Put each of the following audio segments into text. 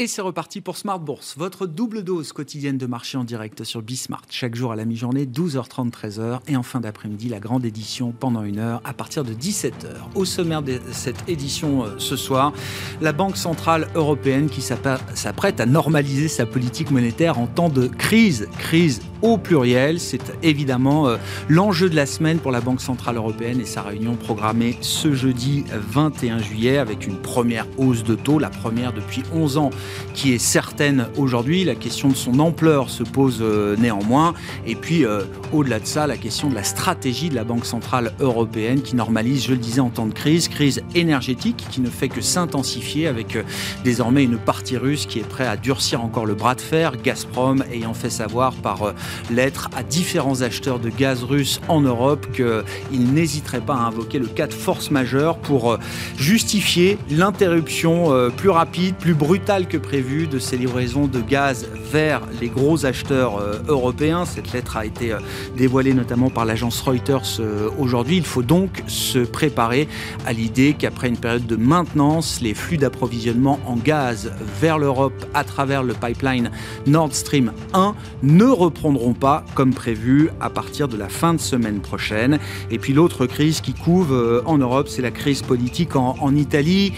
Et c'est reparti pour Smart Bourse, votre double dose quotidienne de marché en direct sur Bismart. Chaque jour à la mi-journée, 12h30, 13h. Et en fin d'après-midi, la grande édition pendant 1 heure à partir de 17h. Au sommaire de cette édition ce soir, la Banque Centrale Européenne qui s'apprête à normaliser sa politique monétaire en temps de crise. Crise au pluriel, c'est évidemment l'enjeu de la semaine pour la Banque Centrale Européenne et sa réunion programmée ce jeudi 21 juillet avec une première hausse de taux, la première depuis 11 ans qui est certaine aujourd'hui. La question de son ampleur se pose néanmoins. Et puis, au-delà de ça, la question de la stratégie de la Banque Centrale Européenne qui normalise, je le disais, en temps de crise énergétique qui ne fait que s'intensifier avec désormais une partie russe qui est prête à durcir encore le bras de fer. Gazprom ayant fait savoir par lettre à différents acheteurs de gaz russe en Europe qu'il n'hésiterait pas à invoquer le cas de force majeure pour justifier l'interruption plus rapide, plus brutale que prévu de ces livraisons de gaz vers les gros acheteurs européens. Cette lettre a été dévoilée notamment par l'agence Reuters aujourd'hui. Il faut donc se préparer à l'idée qu'après une période de maintenance, les flux d'approvisionnement en gaz vers l'Europe à travers le pipeline Nord Stream 1 ne reprendront pas comme prévu à partir de la fin de semaine prochaine. Et puis l'autre crise qui couve en Europe, c'est la crise politique en Italie,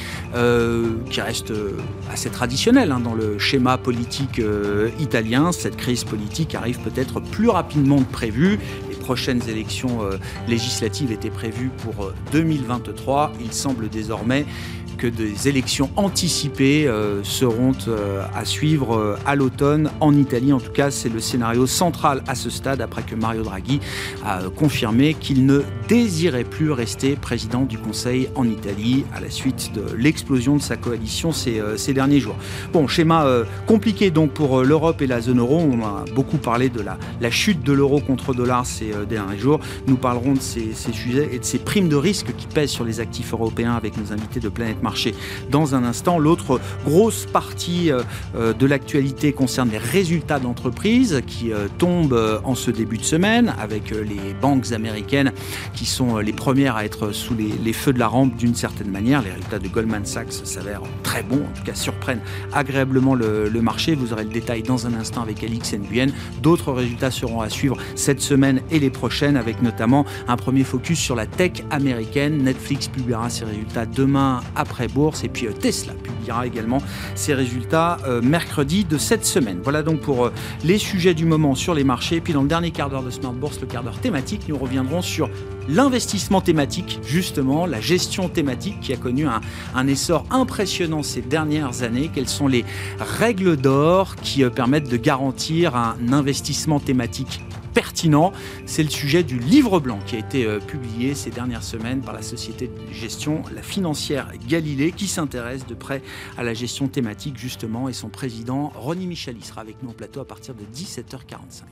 qui reste assez traditionnelle dans le schéma politique italien. Cette crise politique arrive peut-être plus rapidement que prévu. Les prochaines élections législatives étaient prévues pour 2023. Il semble désormais que des élections anticipées seront à suivre à l'automne en Italie. En tout cas, c'est le scénario central à ce stade, après que Mario Draghi a confirmé qu'il ne désirait plus rester président du Conseil en Italie à la suite de l'explosion de sa coalition ces derniers jours. Bon, schéma compliqué donc pour l'Europe et la zone euro. On a beaucoup parlé de la chute de l'euro contre dollar ces derniers jours. Nous parlerons de ces sujets et de ces primes de risque qui pèsent sur les actifs européens avec nos invités de Planète Marché dans un instant. L'autre grosse partie de l'actualité concerne les résultats d'entreprises qui tombent en ce début de semaine avec les banques américaines qui sont les premières à être sous les feux de la rampe d'une certaine manière. Les résultats de Goldman Sachs s'avèrent très bons, en tout cas surprennent agréablement le marché. Vous aurez le détail dans un instant avec Alix Nguyen. D'autres résultats seront à suivre cette semaine et les prochaines avec notamment un premier focus sur la tech américaine. Netflix publiera ses résultats demain après bourse et puis Tesla publiera également ses résultats mercredi de cette semaine. Voilà donc pour les sujets du moment sur les marchés. Et puis dans le dernier quart d'heure de Smart Bourse, le quart d'heure thématique, nous reviendrons sur l'investissement thématique, justement, la gestion thématique qui a connu un essor impressionnant ces dernières années. Quelles sont les règles d'or qui permettent de garantir un investissement thématique pertinent? C'est le sujet du livre blanc qui a été publié ces dernières semaines par la société de gestion, la financière Galilée, qui s'intéresse de près à la gestion thématique justement, et son président Ronnie Michali sera avec nous au plateau à partir de 17h45.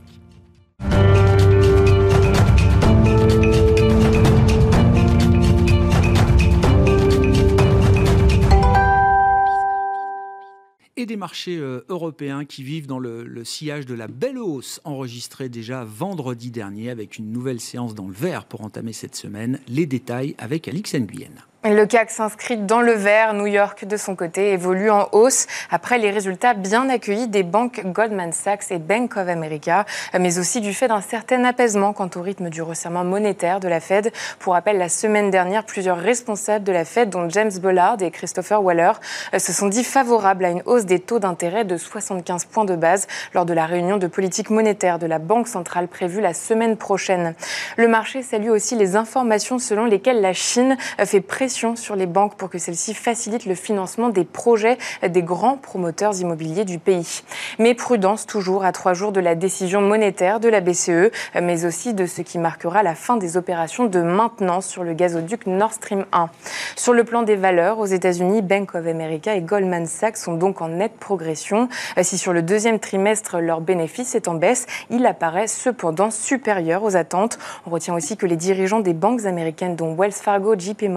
Et des marchés européens qui vivent dans le sillage de la belle hausse enregistrée déjà vendredi dernier avec une nouvelle séance dans le vert pour entamer cette semaine. Les détails avec Alix Nguyen. Le CAC s'inscrit dans le vert. New York, de son côté, évolue en hausse après les résultats bien accueillis des banques Goldman Sachs et Bank of America, mais aussi du fait d'un certain apaisement quant au rythme du resserrement monétaire de la Fed. Pour rappel, la semaine dernière, plusieurs responsables de la Fed, dont James Bullard et Christopher Waller, se sont dit favorables à une hausse des taux d'intérêt de 75 points de base lors de la réunion de politique monétaire de la Banque centrale prévue la semaine prochaine. Le marché salue aussi les informations selon lesquelles la Chine fait pression sur les banques pour que celles-ci facilitent le financement des projets des grands promoteurs immobiliers du pays. Mais prudence toujours à 3 jours de la décision monétaire de la BCE, mais aussi de ce qui marquera la fin des opérations de maintenance sur le gazoduc Nord Stream 1. Sur le plan des valeurs, aux États-Unis, Bank of America et Goldman Sachs sont donc en nette progression. Si sur le deuxième trimestre, leur bénéfice est en baisse, il apparaît cependant supérieur aux attentes. On retient aussi que les dirigeants des banques américaines, dont Wells Fargo, JP Morgan et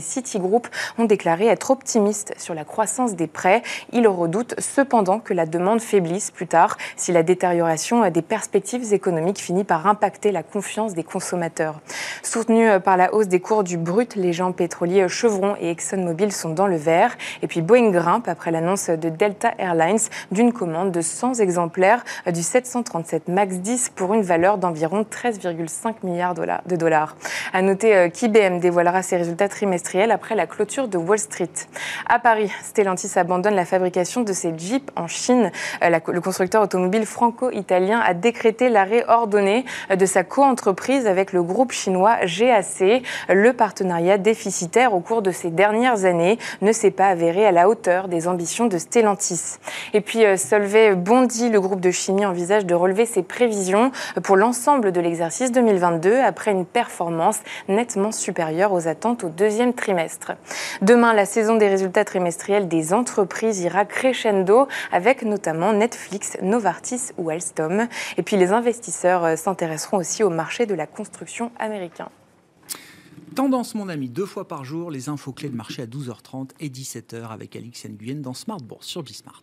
Citigroup ont déclaré être optimistes sur la croissance des prêts. Ils redoutent cependant que la demande faiblisse plus tard si la détérioration des perspectives économiques finit par impacter la confiance des consommateurs. Soutenus par la hausse des cours du brut, les géants pétroliers Chevron et ExxonMobil sont dans le vert. Et puis Boeing grimpe après l'annonce de Delta Airlines d'une commande de 100 exemplaires du 737 MAX 10 pour une valeur d'environ 13,5 milliards de dollars. À noter qu'IBM dévoilera ses résultats trimestriels après la clôture de Wall Street. À Paris, Stellantis abandonne la fabrication de ses Jeeps en Chine. Le constructeur automobile franco-italien a décrété l'arrêt ordonné de sa coentreprise avec le groupe chinois GAC. Le partenariat déficitaire au cours de ces dernières années ne s'est pas avéré à la hauteur des ambitions de Stellantis. Et puis Solvay bondit, le groupe de chimie envisage de relever ses prévisions pour l'ensemble de l'exercice 2022 après une performance nettement supérieure aux attentes au deuxième trimestre. Demain, la saison des résultats trimestriels des entreprises ira crescendo avec notamment Netflix, Novartis ou Alstom. Et puis les investisseurs s'intéresseront aussi au marché de la construction américain. Tendance, mon ami, 2 fois par jour, les infos clés de marché à 12h30 et 17h avec Alix Nguyen dans Smart Bourse sur Bismart.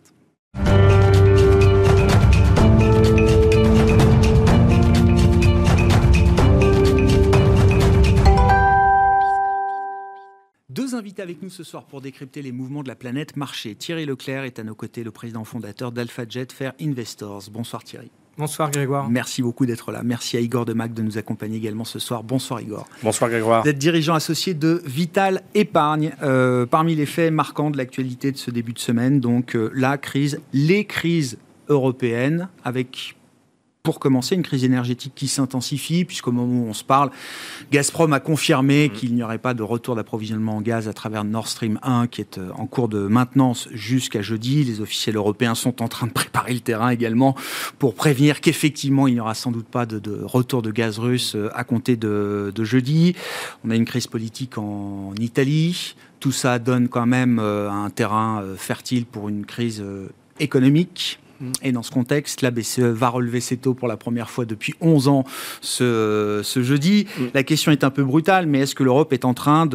Deux invités avec nous ce soir pour décrypter les mouvements de la planète marché. Thierry Leclerc est à nos côtés, le président fondateur d'AlphaJet Fair Investors. Bonsoir Thierry. Bonsoir Grégoire. Merci beaucoup d'être là. Merci à Igor Demac de nous accompagner également ce soir. Bonsoir Igor. Bonsoir Grégoire. Vous êtes dirigeant associé de Vital Épargne. Parmi les faits marquants de l'actualité de ce début de semaine, donc les crises européennes avec... Pour commencer, une crise énergétique qui s'intensifie, puisqu'au moment où on se parle, Gazprom a confirmé qu'il n'y aurait pas de retour d'approvisionnement en gaz à travers Nord Stream 1, qui est en cours de maintenance jusqu'à jeudi. Les officiels européens sont en train de préparer le terrain également pour prévenir qu'effectivement, il n'y aura sans doute pas de retour de gaz russe à compter de jeudi. On a une crise politique en Italie. Tout ça donne quand même un terrain fertile pour une crise économique. Et dans ce contexte, la BCE va relever ses taux pour la première fois depuis 11 ans ce jeudi. La question est un peu brutale, mais est-ce que l'Europe est en train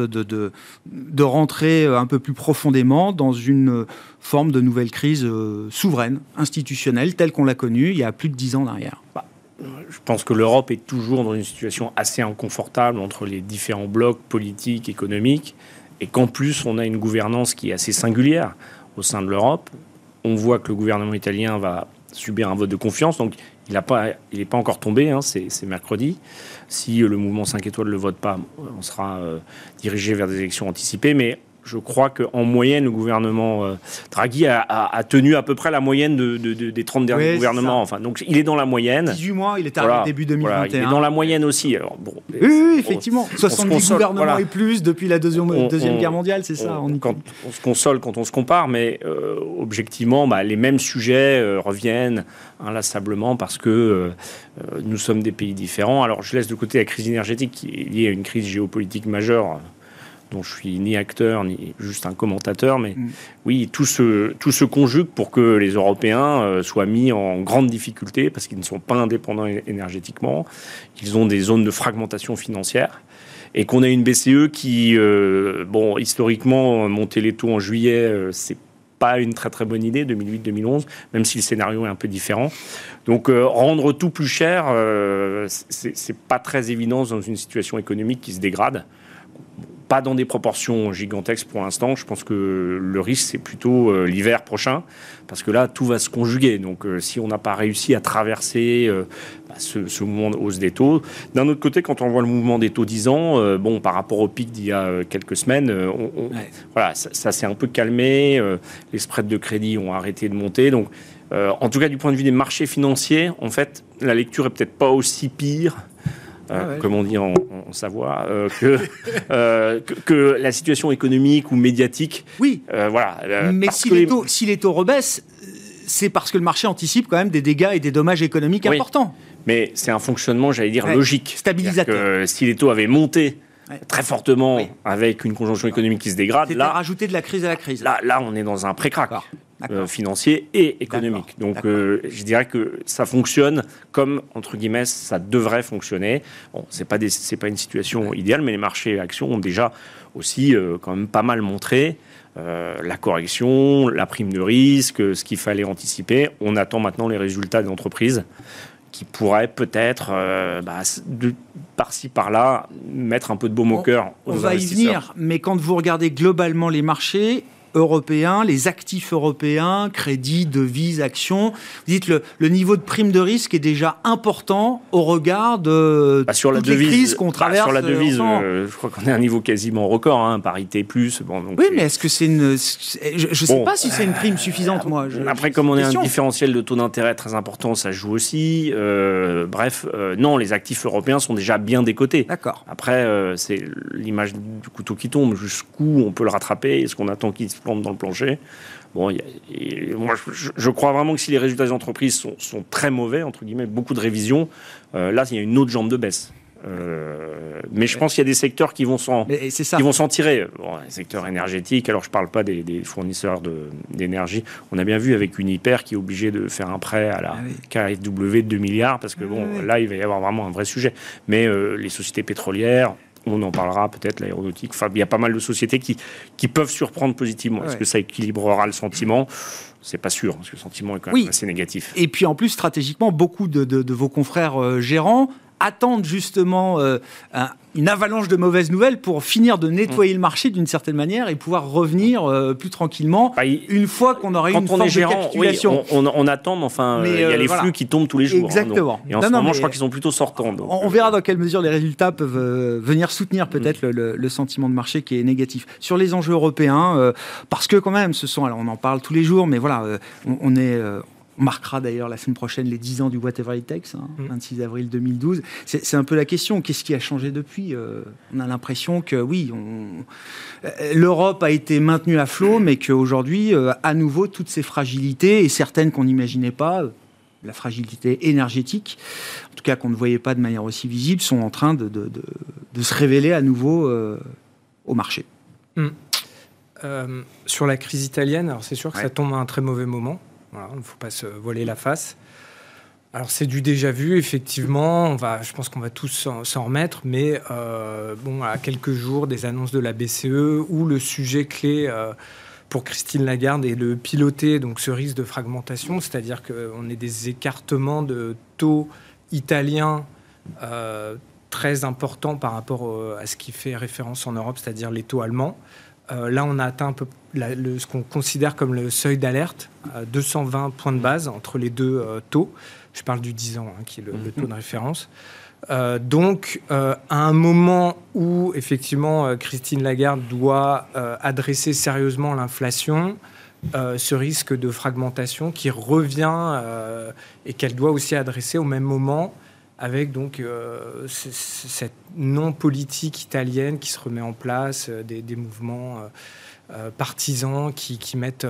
de rentrer un peu plus profondément dans une forme de nouvelle crise souveraine, institutionnelle, telle qu'on l'a connue il y a plus de 10 ans derrière ? Je pense que l'Europe est toujours dans une situation assez inconfortable entre les différents blocs politiques, économiques, et qu'en plus, on a une gouvernance qui est assez singulière au sein de l'Europe. On voit que le gouvernement italien va subir un vote de confiance, donc il n'est pas encore tombé, c'est mercredi. Si le mouvement 5 étoiles ne le vote pas, on sera dirigé vers des élections anticipées, mais je crois qu'en moyenne, le gouvernement Draghi a tenu à peu près la moyenne des 30 derniers gouvernements. Enfin, donc, il est dans la moyenne. 18 mois, il est arrivé début 2021. Voilà, il est dans la moyenne aussi. Alors, bon, oui, effectivement. 70 gouvernements et plus depuis la Deuxième Guerre mondiale, c'est ça. On se console quand on se compare, mais objectivement, les mêmes sujets reviennent inlassablement parce que nous sommes des pays différents. Alors, je laisse de côté la crise énergétique qui est liée à une crise géopolitique majeure dont je suis ni acteur, ni juste un commentateur, mais oui, tout se conjugue pour que les Européens soient mis en grande difficulté parce qu'ils ne sont pas indépendants énergétiquement, qu'ils ont des zones de fragmentation financière, et qu'on a une BCE qui, historiquement, monter les taux en juillet, c'est pas une très très bonne idée, 2008-2011, même si le scénario est un peu différent. Donc rendre tout plus cher, c'est pas très évident dans une situation économique qui se dégrade. Pas dans des proportions gigantesques pour l'instant. Je pense que le risque, c'est plutôt l'hiver prochain, parce que là, tout va se conjuguer. Donc, si on n'a pas réussi à traverser ce mouvement de hausse des taux, d'un autre côté, quand on voit le mouvement des taux 10 ans, par rapport au pic d'il y a quelques semaines, voilà, ça s'est un peu calmé. Les spreads de crédit ont arrêté de monter. Donc, en tout cas, du point de vue des marchés financiers, en fait, la lecture est peut-être pas aussi pire. Comme on dit en Savoie, que la situation économique ou médiatique. Oui, mais si les taux rebaissent, c'est parce que le marché anticipe quand même des dégâts et des dommages économiques importants. Mais c'est un fonctionnement, j'allais dire, logique. Stabilisateur. Si les taux avaient monté très fortement avec une conjoncture économique qui se dégrade, c'est à rajouter de la crise à la crise. Là, on est dans un pré-crack. financiers et économiques. Donc, je dirais que ça fonctionne comme, entre guillemets, ça devrait fonctionner. Bon, c'est pas une situation idéale, mais les marchés actions ont déjà aussi quand même pas mal montré la correction, la prime de risque, ce qu'il fallait anticiper. On attend maintenant les résultats des entreprises qui pourraient peut-être, par-ci, par-là, mettre un peu de baume au cœur aux investisseurs. On va y venir, mais quand vous regardez globalement les marchés européens, les actifs européens, crédits, devises, actions, vous dites le niveau de prime de risque est déjà important au regard de toutes les crises qu'on traverse. Sur la devise, je crois qu'on est à un niveau quasiment record, parité plus. Bon, donc mais est-ce que c'est une... Je ne sais pas si c'est une prime suffisante, moi. Après, comme on a un différentiel de taux d'intérêt très important, ça joue aussi. Non, les actifs européens sont déjà bien décotés. D'accord. Après, c'est l'image du couteau qui tombe. Jusqu'où on peut le rattraper? Est-ce qu'on attend qu'il se plante dans le plancher? Bon, moi, je crois vraiment que si les résultats des entreprises sont très mauvais, entre guillemets, beaucoup de révisions, là, il y a une autre jambe de baisse. Mais je pense qu'il y a des secteurs qui vont s'en tirer. Bon, les secteurs énergétiques, alors je ne parle pas des fournisseurs d'énergie. On a bien vu avec Uniper qui est obligé de faire un prêt à la KfW de 2 milliards parce que là, il va y avoir vraiment un vrai sujet. Mais les sociétés pétrolières, on en parlera peut-être, l'aéronautique. Enfin, il y a pas mal de sociétés qui peuvent surprendre positivement. Est-ce que ça équilibrera le sentiment? C'est pas sûr, parce que le sentiment est quand même assez négatif. Et puis en plus, stratégiquement, beaucoup de vos confrères gérants attendent justement une avalanche de mauvaises nouvelles pour finir de nettoyer le marché d'une certaine manière et pouvoir revenir plus tranquillement une fois qu'on aura eu une forme de capitulation. On attend, mais enfin, il y a les flux qui tombent tous les jours. Exactement. Et en ce moment, je crois qu'ils sont plutôt sortants. Donc, on verra dans quelle mesure les résultats peuvent venir soutenir peut-être le sentiment de marché qui est négatif. Sur les enjeux européens, parce que quand même, alors on en parle tous les jours, mais voilà, on marquera d'ailleurs la semaine prochaine les 10 ans du Whatever It Takes, 26 avril 2012. C'est un peu la question. Qu'est-ce qui a changé depuis? On a l'impression que l'Europe a été maintenue à flot, mais qu'aujourd'hui, à nouveau, toutes ces fragilités, et certaines qu'on n'imaginait pas, la fragilité énergétique, en tout cas qu'on ne voyait pas de manière aussi visible, sont en train de se révéler à nouveau au marché. Sur la crise italienne, alors c'est sûr que ça tombe à un très mauvais moment. Voilà, il ne faut pas se voiler la face. Alors, c'est du déjà-vu, effectivement. Je pense qu'on va tous s'en remettre, mais à quelques jours des annonces de la BCE, où le sujet clé pour Christine Lagarde est de piloter donc, ce risque de fragmentation, c'est-à-dire qu'on ait des écartements de taux italiens très importants par rapport à ce qui fait référence en Europe, c'est-à-dire les taux allemands. Là, on a atteint un peu ce qu'on considère comme le seuil d'alerte, 220 points de base entre les deux taux. Je parle du 10 ans, qui est le taux de référence. Donc, à un moment où, effectivement, Christine Lagarde doit adresser sérieusement l'inflation, ce risque de fragmentation qui revient et qu'elle doit aussi adresser au même moment avec donc cette non-politique italienne qui se remet en place, des mouvements partisans qui mettent...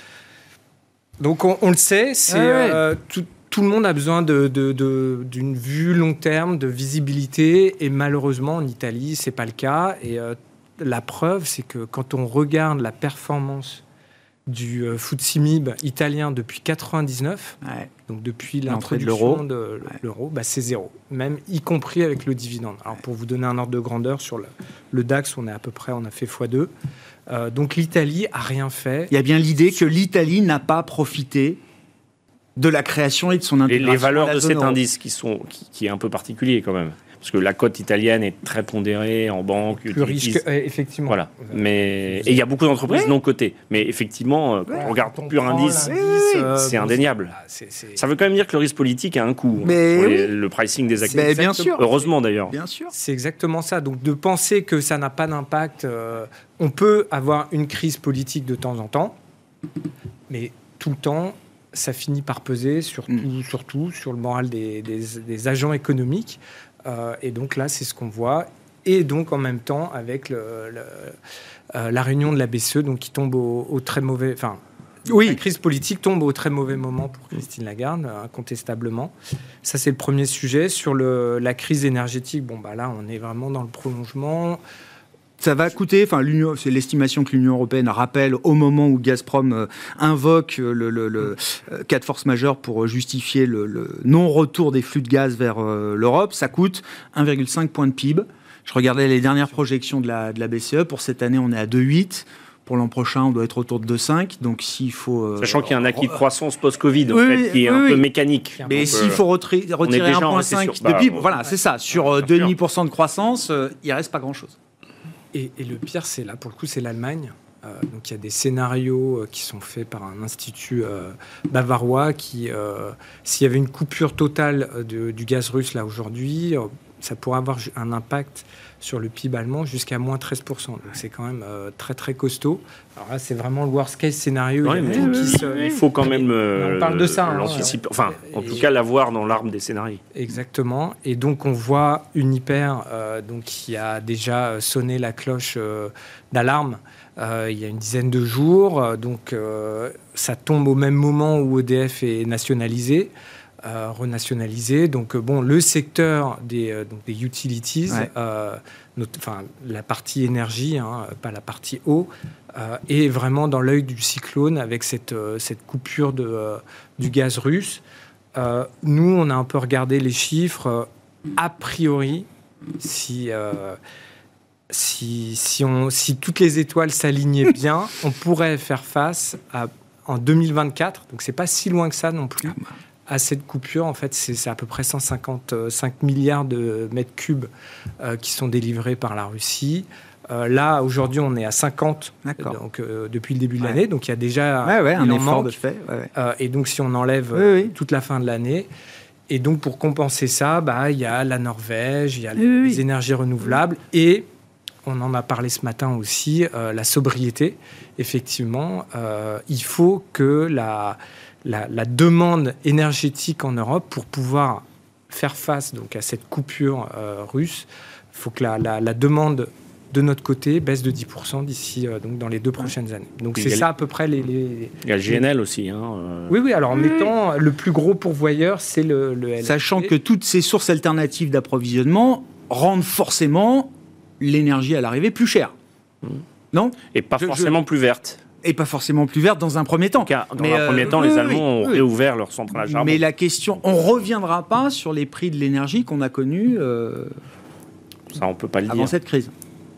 Donc on le sait, tout le monde a besoin d'une vue long terme, de visibilité, et malheureusement en Italie, c'est pas le cas. Et la preuve, c'est que quand on regarde la performance du FTSE MIB italien depuis 99, donc depuis l'introduction de l'euro, c'est zéro, même y compris avec le dividende. Alors pour vous donner un ordre de grandeur, sur le DAX, on a fait x2. Donc l'Italie a rien fait. Il y a bien l'idée que l'Italie n'a pas profité de la création et de son intégration. Les valeurs de cet indice qui est un peu particulier quand même. Parce que la cote italienne est très pondérée en banque. Plus riche, effectivement. Voilà. Et il y a beaucoup d'entreprises non cotées. Mais effectivement, quand on regarde pur indice, c'est indéniable. Ça veut quand même dire que le risque politique a un coût. Le pricing des actifs. Bien sûr. Heureusement d'ailleurs. Bien sûr. C'est exactement ça. Donc de penser que ça n'a pas d'impact, on peut avoir une crise politique de temps en temps, mais tout le temps, ça finit par peser surtout sur le moral des agents économiques. Et donc là, c'est ce qu'on voit. Et donc, en même temps, avec la réunion de la BCE, donc, qui tombe au très mauvais... Enfin, la crise politique tombe au très mauvais moment pour Christine Lagarde, incontestablement. Ça, c'est le premier sujet. Sur la crise énergétique, là, on est vraiment dans le prolongement. Ça va coûter, c'est l'estimation que l'Union européenne rappelle au moment où Gazprom invoque le cas de force majeure pour justifier le non-retour des flux de gaz vers l'Europe. Ça coûte 1,5 point de PIB. Je regardais les dernières projections de la BCE. Pour cette année, on est à 2,8. Pour l'an prochain, on doit être autour de 2,5. Donc, s'il faut... Sachant qu'il y a un acquis de croissance post-Covid, qui est un peu mécanique. Mais s'il faut retirer 1,5 de PIB, voilà, c'est ça. Sur 2,5% de croissance, il ne reste pas grand-chose. Et le pire, c'est là, pour le coup, c'est l'Allemagne. Donc, il y a des scénarios qui sont faits par un institut bavarois qui, s'il y avait une coupure totale du gaz russe, là, aujourd'hui, ça pourrait avoir un impact sur le PIB allemand jusqu'à moins 13%. Donc, c'est quand même très, très costaud. Alors là, c'est vraiment le worst case scénario. Il faut quand même on parle de ça, l'anticiper. Enfin, en tout cas, l'avoir dans l'arme des scénarios. Exactement. Et donc, on voit Uniper qui a déjà sonné la cloche d'alarme il y a une dizaine de jours. Donc, ça tombe au même moment où EDF est nationalisé. Renationalisé. Donc, le secteur des utilities, la partie énergie, pas la partie eau, est vraiment dans l'œil du cyclone avec cette coupure du gaz russe. Nous, on a un peu regardé les chiffres. A priori, si toutes les étoiles s'alignaient bien, on pourrait faire face en 2024, donc c'est pas si loin que ça non plus, à cette coupure. En fait, c'est à peu près 155 milliards de mètres cubes qui sont délivrés par la Russie. Là, aujourd'hui, on est à 50 donc, depuis le début de l'année. Donc, il y a déjà un effort de fait. Et donc, si on enlève toute la fin de l'année... Et donc, pour compenser ça, il y a la Norvège, il y a les énergies renouvelables et, on en a parlé ce matin aussi, la sobriété. Effectivement, il faut que la demande énergétique en Europe, pour pouvoir faire face donc, à cette coupure russe, il faut que la demande de notre côté baisse de 10% d'ici donc dans les 2 prochaines années. Donc c'est ça à peu près les... Il y a le GNL aussi. Oui, alors en mettant le plus gros pourvoyeur, c'est le LNG. Sachant que toutes ces sources alternatives d'approvisionnement rendent forcément l'énergie à l'arrivée plus chère. Non ? Et pas forcément plus verte. Et pas forcément plus verte dans un premier temps. Dans un premier temps, les Allemands ont réouvert leur centrale à charbon. Mais la question, on ne reviendra pas sur les prix de l'énergie qu'on a connus ça, on peut pas le dire. Avant cette crise.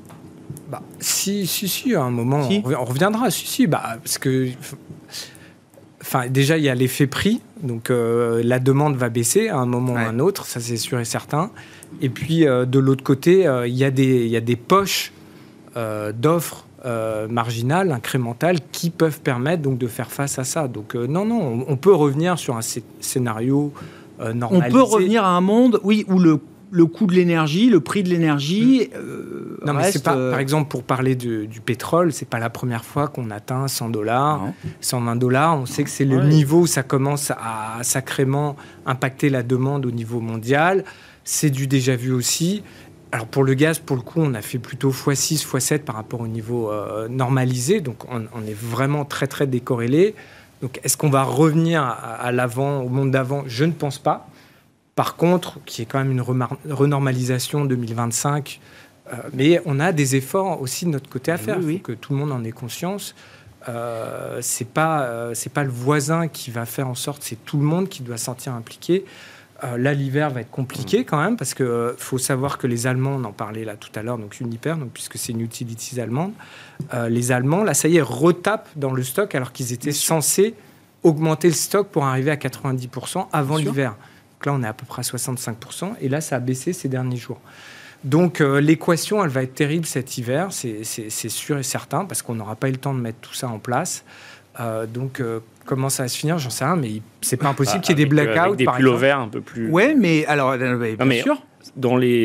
Si, à un moment, on reviendra. Parce que... déjà, il y a l'effet prix. Donc, la demande va baisser à un moment ou à un autre. Ça, c'est sûr et certain. Et puis, de l'autre côté, il y a des poches d'offres marginales, incrémentales, qui peuvent permettre donc, de faire face à ça. Donc, non, on peut revenir sur un scénario normalisé. On peut revenir à un monde, où le coût de l'énergie, le prix de l'énergie non, mais c'est pas, par exemple, pour parler du pétrole, c'est pas la première fois qu'on atteint $100, $120. On sait que c'est le niveau où ça commence à sacrément impacter la demande au niveau mondial. C'est du déjà vu aussi. Alors pour le gaz, pour le coup, on a fait plutôt x6, x7 par rapport au niveau normalisé. Donc on est vraiment très, très décorrélé. Donc est-ce qu'on va revenir à l'avant, au monde d'avant ? Je ne pense pas. Par contre, qui est quand même une renormalisation 2025, mais on a des efforts aussi de notre côté à faire. Il faut que tout le monde en ait conscience. C'est pas le voisin qui va faire en sorte, c'est tout le monde qui doit se sentir impliqué. Là, l'hiver va être compliqué quand même, parce qu'il faut savoir que les Allemands, on en parlait là tout à l'heure, donc Uniper, puisque c'est une utilities allemande, les Allemands, là, ça y est, retapent dans le stock, alors qu'ils étaient censés augmenter le stock pour arriver à 90% avant l'hiver. Donc là, on est à peu près à 65%, et là, ça a baissé ces derniers jours. Donc, l'équation, elle va être terrible cet hiver, c'est sûr et certain, parce qu'on n'aura pas eu le temps de mettre tout ça en place. Comment ça va se finir, j'en sais rien, mais c'est pas impossible qu'il y ait des blackouts, avec des par pulls exemple. verts un peu plus... Ouais, mais alors, bien sûr. Dans les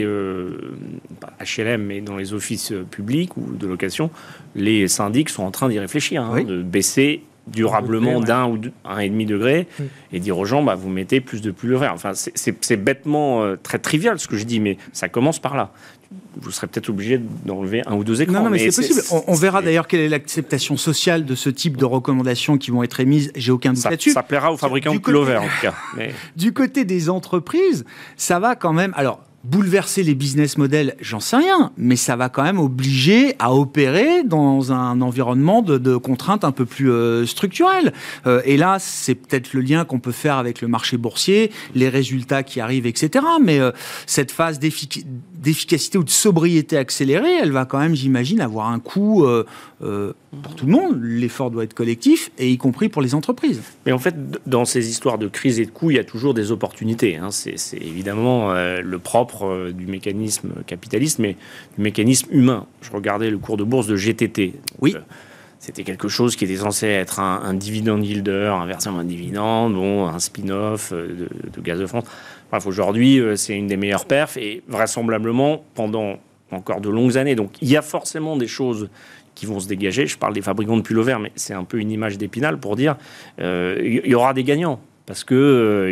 HLM, mais dans les offices publics ou de location, les syndics sont en train d'y réfléchir, de baisser durablement d'1 ou 1,5 degré et dire aux gens, vous mettez plus de pulls verts. Enfin, c'est bêtement très trivial ce que je dis, mais ça commence par là. Vous serez peut-être obligé d'enlever 1 ou 2 écrans. Non, mais c'est possible. On verra d'ailleurs quelle est l'acceptation sociale de ce type de recommandations qui vont être émises. J'ai aucun doute là-dessus. Ça plaira aux fabricants de pullovers, en tout cas. Mais... Du côté des entreprises, ça va quand même... Alors, bouleverser les business models, j'en sais rien, mais ça va quand même obliger à opérer dans un environnement de contraintes un peu plus structurelles. Et là, c'est peut-être le lien qu'on peut faire avec le marché boursier, les résultats qui arrivent, etc. Mais cette phase d'efficacité ou de sobriété accélérée, elle va quand même, j'imagine, avoir un coût pour tout le monde. L'effort doit être collectif, et y compris pour les entreprises. Mais en fait, dans ces histoires de crise et de coûts, il y a toujours des opportunités. C'est évidemment le propre du mécanisme capitaliste, mais du mécanisme humain. Je regardais le cours de bourse de GTT. Oui. C'était quelque chose qui était censé être un dividend yielder, un versement de dividende, un spin-off de Gaz de France. Bref, aujourd'hui, c'est une des meilleures perfs, et vraisemblablement pendant encore de longues années. Donc, il y a forcément des choses qui vont se dégager. Je parle des fabricants de pulls verts, mais c'est un peu une image d'Épinal pour dire il y aura des gagnants. Parce que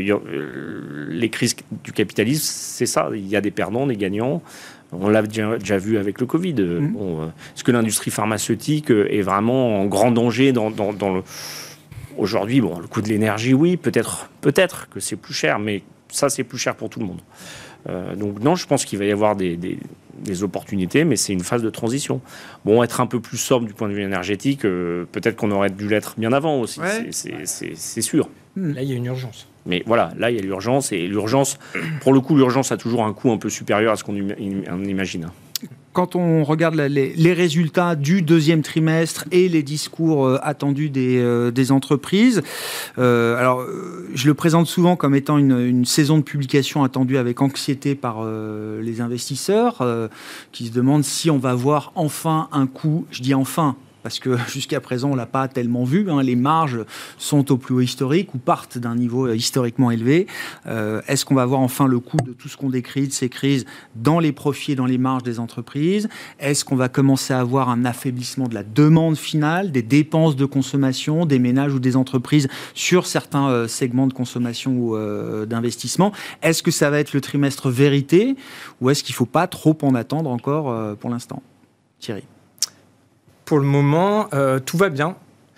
les crises du capitalisme, c'est ça. Il y a des perdants, des gagnants. On l'a déjà vu avec le Covid. Est-ce que l'industrie pharmaceutique est vraiment en grand danger dans le... Aujourd'hui, le coût de l'énergie, oui, peut-être que c'est plus cher, mais ça, c'est plus cher pour tout le monde. Donc non, je pense qu'il va y avoir des opportunités, mais c'est une phase de transition. Être un peu plus sobre du point de vue énergétique, peut-être qu'on aurait dû l'être bien avant aussi, ouais. C'est sûr. Là, il y a une urgence. Mais voilà, là, il y a l'urgence, et l'urgence, pour le coup, l'urgence a toujours un coût un peu supérieur à ce qu'on imagine. Quand on regarde les résultats du deuxième trimestre et les discours attendus des entreprises, alors je le présente souvent comme étant une saison de publication attendue avec anxiété par les investisseurs qui se demandent si on va voir enfin un coup, je dis enfin, parce que jusqu'à présent, on ne l'a pas tellement vu. Les marges sont au plus haut historique ou partent d'un niveau historiquement élevé. Est-ce qu'on va voir enfin le coût de tout ce qu'on décrit, de ces crises, dans les profits et dans les marges des entreprises? Est-ce qu'on va commencer à avoir un affaiblissement de la demande finale, des dépenses de consommation, des ménages ou des entreprises sur certains segments de consommation ou d'investissement? Est-ce que ça va être le trimestre vérité, ou est-ce qu'il ne faut pas trop en attendre encore pour l'instant? Thierry? Pour le moment, tout va bien.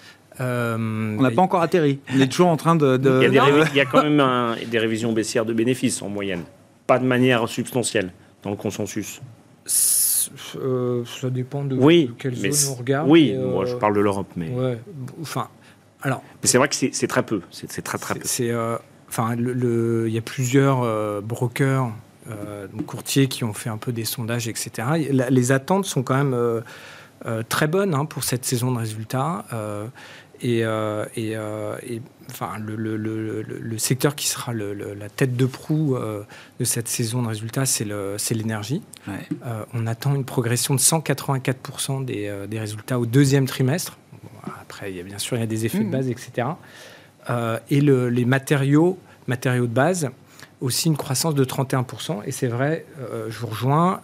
On n'a pas encore atterri. On est toujours en train de... Il y a quand même des révisions baissières de bénéfices en moyenne. Pas de manière substantielle dans le consensus. Ça dépend de quelle zone on regarde. Oui, moi je parle de l'Europe. Mais... Ouais, alors, mais c'est vrai que c'est très peu. C'est très peu. Il y a plusieurs brokers, courtiers qui ont fait un peu des sondages, etc. Les attentes sont quand même... très bonne pour cette saison de résultats le secteur qui sera la tête de proue de cette saison de résultats, c'est l'énergie. Ouais. On attend une progression de 184% des résultats au deuxième trimestre. Après, bien sûr, il y a des effets de base, etc. Et les matériaux de base, aussi une croissance de 31%. Et c'est vrai, je vous rejoins,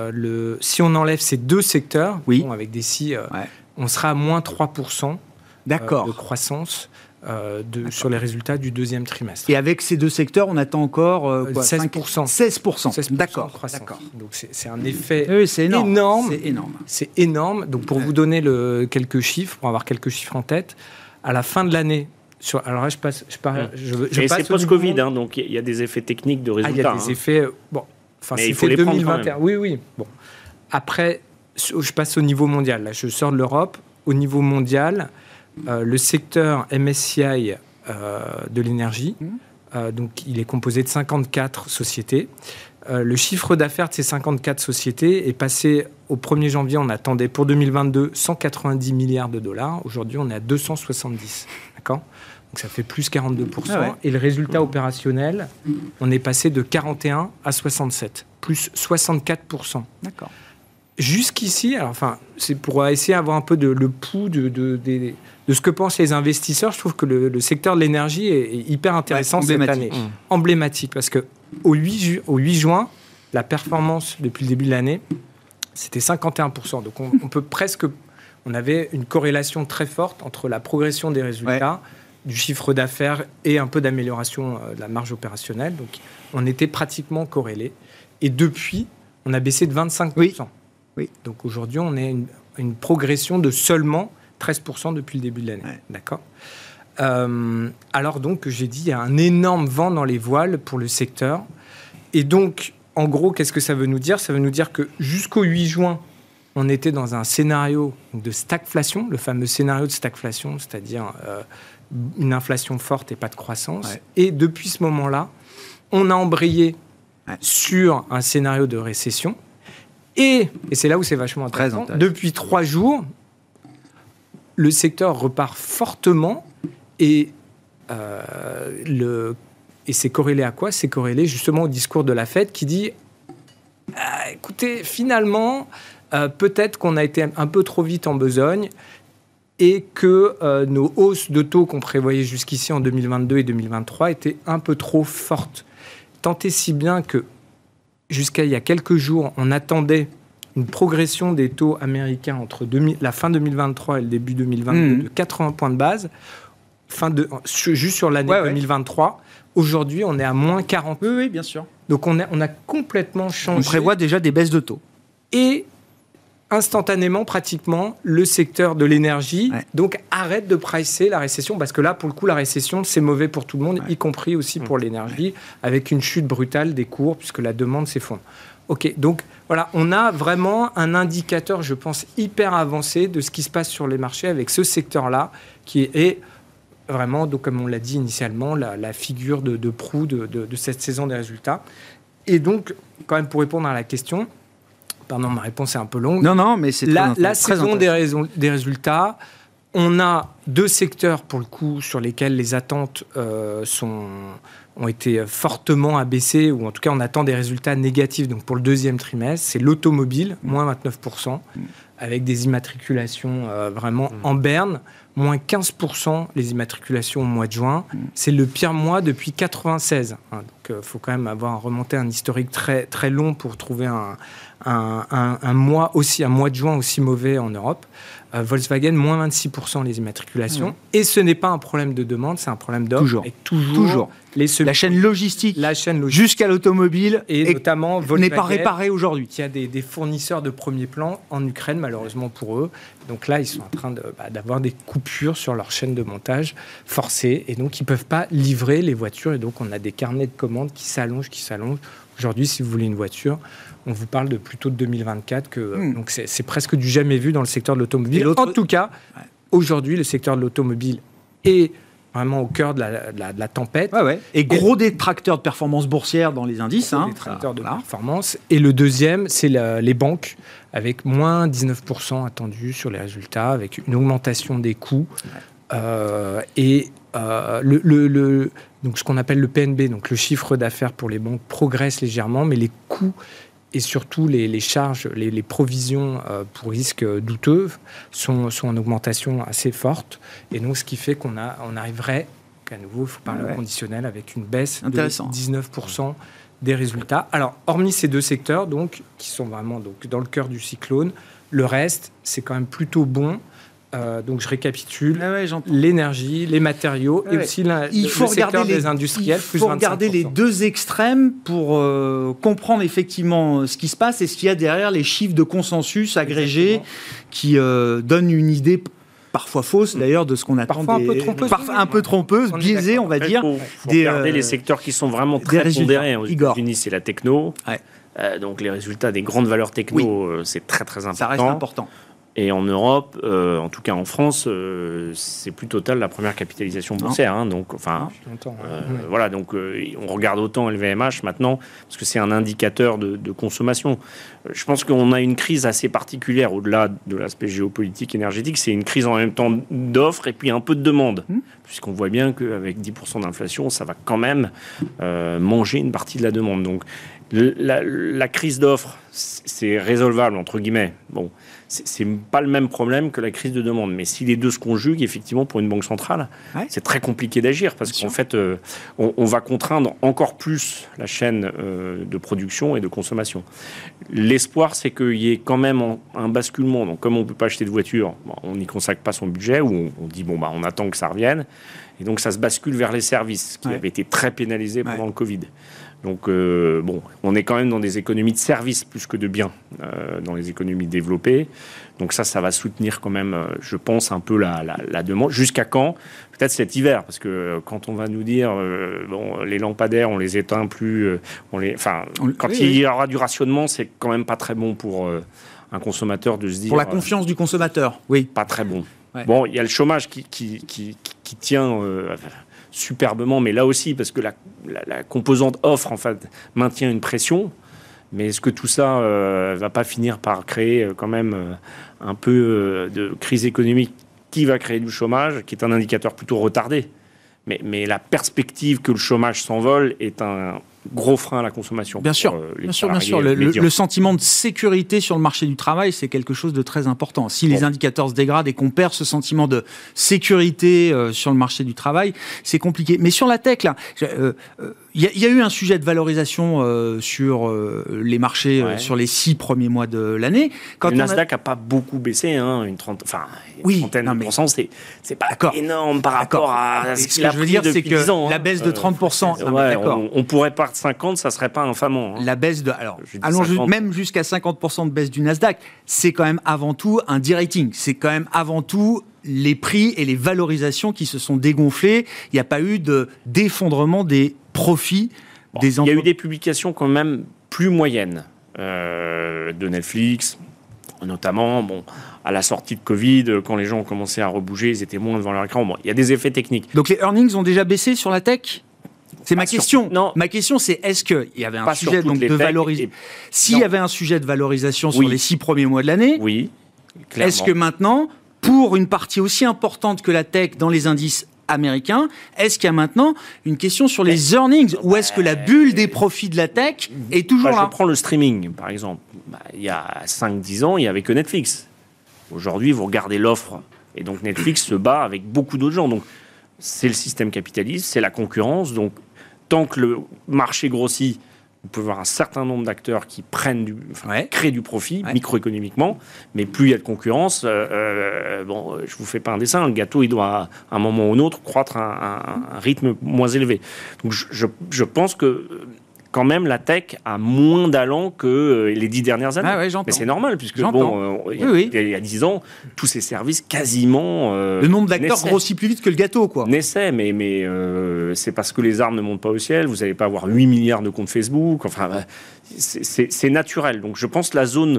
si on enlève ces deux secteurs, avec des on sera à moins 3% de croissance sur les résultats du deuxième trimestre. Et avec ces deux secteurs, on attend encore 16%. 16%. D'accord. Donc c'est un effet énorme. C'est énorme. Donc pour vous donner quelques chiffres, pour avoir quelques chiffres en tête, à la fin de l'année, alors là, je passe c'est post-Covid, donc il y a des effets techniques de résultats. Il y a des effets... mais il faut les 2021. Oui. Bon. Après, je passe au niveau mondial. Là, je sors de l'Europe. Au niveau mondial, le secteur MSCI de l'énergie, donc il est composé de 54 sociétés. Le chiffre d'affaires de ces 54 sociétés est passé au 1er janvier, on attendait pour 2022 190 milliards de dollars. Aujourd'hui, on est à 270. D'accord ? Donc ça fait plus 42%. Ah ouais. Et le résultat opérationnel, on est passé de 41 à 67, plus 64%. D'accord. Jusqu'ici, c'est pour essayer d'avoir un peu le pouls de ce que pensent les investisseurs. Je trouve que le secteur de l'énergie est hyper intéressant cette année. Emblématique, parce qu'au 8 juin, la performance depuis le début de l'année, c'était 51%. Donc on peut presque... On avait une corrélation très forte entre la progression des résultats, du chiffre d'affaires et un peu d'amélioration de la marge opérationnelle. Donc on était pratiquement corrélés. Et depuis, on a baissé de 25%. Oui. Donc aujourd'hui, on est une progression de seulement 13% depuis le début de l'année. Ouais. D'accord. Alors donc, j'ai dit, il y a un énorme vent dans les voiles pour le secteur. Et donc, en gros, qu'est-ce que ça veut nous dire ? Ça veut nous dire que jusqu'au 8 juin, on était dans un scénario de stagflation, le fameux scénario de stagflation, c'est-à-dire une inflation forte et pas de croissance. Ouais. Et depuis ce moment-là, on a embrayé sur un scénario de récession. Et c'est là où c'est vachement intéressant. Depuis 3 jours, le secteur repart fortement et c'est corrélé à quoi ? C'est corrélé justement au discours de la Fed qui dit écoutez, finalement, peut-être qu'on a été un peu trop vite en besogne et que nos hausses de taux qu'on prévoyait jusqu'ici en 2022 et 2023 étaient un peu trop fortes. Tant et si bien que jusqu'à il y a quelques jours, on attendait une progression des taux américains entre la fin 2023 et le début 2022 de 80 points de base, juste sur l'année 2023. Aujourd'hui, on est à moins 40. Oui, bien sûr. Donc, on a complètement changé. On prévoit déjà des baisses de taux. Et instantanément, pratiquement, le secteur de l'énergie donc arrête de pricer la récession, parce que là, pour le coup, la récession, c'est mauvais pour tout le monde, y compris aussi pour l'énergie, avec une chute brutale des cours, puisque la demande s'effondre. OK, donc voilà, on a vraiment un indicateur, je pense, hyper avancé de ce qui se passe sur les marchés avec ce secteur-là, qui est vraiment, donc, comme on l'a dit initialement, la figure de proue de cette saison des résultats. Et donc, quand même, pour répondre à la question, pardon, ma réponse est un peu longue. Non, mais c'est la saison des résultats, on a 2 secteurs, pour le coup, sur lesquels les attentes ont été fortement abaissées, ou en tout cas, on attend des résultats négatifs. Donc, pour le 2e trimestre, c'est l'automobile, moins 29%, avec des immatriculations vraiment en berne, moins 15% les immatriculations au mois de juin. C'est le pire mois depuis 1996. Donc, il faut quand même remonté un historique très, très long pour trouver un mois de juin aussi mauvais en Europe. Volkswagen, moins 26% les immatriculations. Et ce n'est pas un problème de demande, c'est un problème d'offre. Toujours. La chaîne logistique jusqu'à l'automobile et notamment Volkswagen n'est pas réparée aujourd'hui. Il y a des fournisseurs de premier plan en Ukraine, malheureusement pour eux. Donc là, ils sont en train d'avoir des coupures sur leur chaîne de montage forcées. Et donc, ils ne peuvent pas livrer les voitures. Et donc, on a des carnets de commandes qui s'allongent. Aujourd'hui, si vous voulez une voiture, on vous parle plutôt de 2024. Donc, c'est presque du jamais vu dans le secteur de l'automobile. En tout cas, aujourd'hui, le secteur de l'automobile est vraiment au cœur de la tempête. Et gros détracteurs de performance boursière dans les indices. Détracteurs de performance. Et le deuxième, c'est les banques, avec moins 19% attendu sur les résultats, avec une augmentation des coûts. Donc ce qu'on appelle le PNB, donc le chiffre d'affaires pour les banques, progresse légèrement, mais les coûts et surtout les charges, les provisions pour risques douteux sont en augmentation assez forte. Et donc, ce qui fait qu'on arriverait, à nouveau, il faut parler au conditionnel, avec une baisse de 19% des résultats. Alors, hormis ces 2 secteurs, donc, qui sont vraiment dans le cœur du cyclone, le reste, c'est quand même plutôt bon. Donc je récapitule, l'énergie, les matériaux et aussi le secteur des industriels. Il faut regarder les 2 extrêmes pour comprendre effectivement ce qui se passe et ce qu'il y a derrière les chiffres de consensus agrégés qui donnent une idée parfois fausse d'ailleurs de ce qu'on attend. Parfois un peu trompeuse, biaisée on va dire. Il faut regarder les secteurs qui sont vraiment très pondérés. Aux États-Unis, c'est la techno. Donc les résultats des grandes valeurs techno, c'est très très important. Ça reste important. Et en Europe, en tout cas en France, c'est plus Total la première capitalisation boursière. Donc, voilà. Donc, on regarde autant LVMH maintenant parce que c'est un indicateur de consommation. Je pense qu'on a une crise assez particulière au-delà de l'aspect géopolitique, énergétique. C'est une crise en même temps d'offres et puis un peu de demande, puisqu'on voit bien qu'avec 10% d'inflation, ça va quand même manger une partie de la demande. Donc, la crise d'offres, c'est résolvable entre guillemets. Bon. C'est pas le même problème que la crise de demande. Mais si les 2 se conjuguent, effectivement, pour une banque centrale, c'est très compliqué d'agir parce qu'en fait, on va contraindre encore plus la chaîne de production et de consommation. L'espoir, c'est qu'il y ait quand même un basculement. Donc, comme on ne peut pas acheter de voiture, on n'y consacre pas son budget ou on dit, on attend que ça revienne. Et donc, ça se bascule vers les services qui avaient été très pénalisés pendant le Covid. Donc, on est quand même dans des économies de services plus que de biens, dans les économies développées. Donc ça va soutenir quand même, je pense, un peu la demande. Jusqu'à quand ? Peut-être cet hiver, parce que quand on va nous dire, les lampadaires, on les éteint plus, il y aura du rationnement, c'est quand même pas très bon pour un consommateur de se dire... Pour la confiance du consommateur, oui. Pas très bon. Ouais. Bon, il y a le chômage qui tient... superbement, mais là aussi, parce que la composante offre, en fait, maintient une pression. Mais est-ce que tout ça va pas finir par créer quand même un peu de crise économique qui va créer du chômage, qui est un indicateur plutôt retardé. Mais la perspective que le chômage s'envole est un gros frein à la consommation. Bien sûr. Le sentiment de sécurité sur le marché du travail, c'est quelque chose de très important. Si les indicateurs se dégradent et qu'on perd ce sentiment de sécurité sur le marché du travail, c'est compliqué. Mais sur la tech, là, il y a eu un sujet de valorisation sur les marchés sur les 6 premiers mois de l'année. Le Nasdaq n'a pas beaucoup baissé, une trentaine de pourcents, c'est pas énorme par rapport à ce qu'il a pris depuis 10 ans. La baisse de 30%, on pourrait partir 50, ça serait pas infamant. La baisse même jusqu'à 50% de baisse du Nasdaq, c'est quand même avant tout un de-rating. C'est quand même avant tout les prix et les valorisations qui se sont dégonflés. Il n'y a pas eu d'effondrement des profits des entreprises. Il y a eu des publications quand même plus moyennes de Netflix, notamment à la sortie de Covid, quand les gens ont commencé à rebouger, ils étaient moins devant leur écran. Il y a des effets techniques. Donc les earnings ont déjà baissé sur la tech ? C'est ma question. Ma question, c'est est-ce qu'il y avait un sujet de valorisation ? S'il y avait un sujet de valorisation sur les 6 premiers mois de l'année, clairement. Est-ce que maintenant, pour une partie aussi importante que la tech dans les indices américains, est-ce qu'il y a maintenant une question sur les earnings ou est-ce que la bulle des profits de la tech est toujours là ? Je prends le streaming, par exemple. Il y a 5-10 ans, il n'y avait que Netflix. Aujourd'hui, vous regardez l'offre. Et donc, Netflix se bat avec beaucoup d'autres gens. Donc, c'est le système capitaliste, c'est la concurrence. Donc, tant que le marché grossit, vous pouvez avoir un certain nombre d'acteurs qui créent du profit microéconomiquement, mais plus il y a de concurrence, je vous fais pas un dessin, le gâteau il doit à un moment ou un autre croître à un rythme moins élevé. Donc je pense que quand même la tech a moins d'allant que les 10 dernières années. Mais c'est normal, puisque il y a 10 ans, tous ces services quasiment... le nombre d'acteurs grossit plus vite que le gâteau, quoi. Naissaient, mais c'est parce que les arbres ne montent pas au ciel, vous n'allez pas avoir 8 milliards de comptes Facebook, c'est naturel. Donc je pense que la zone...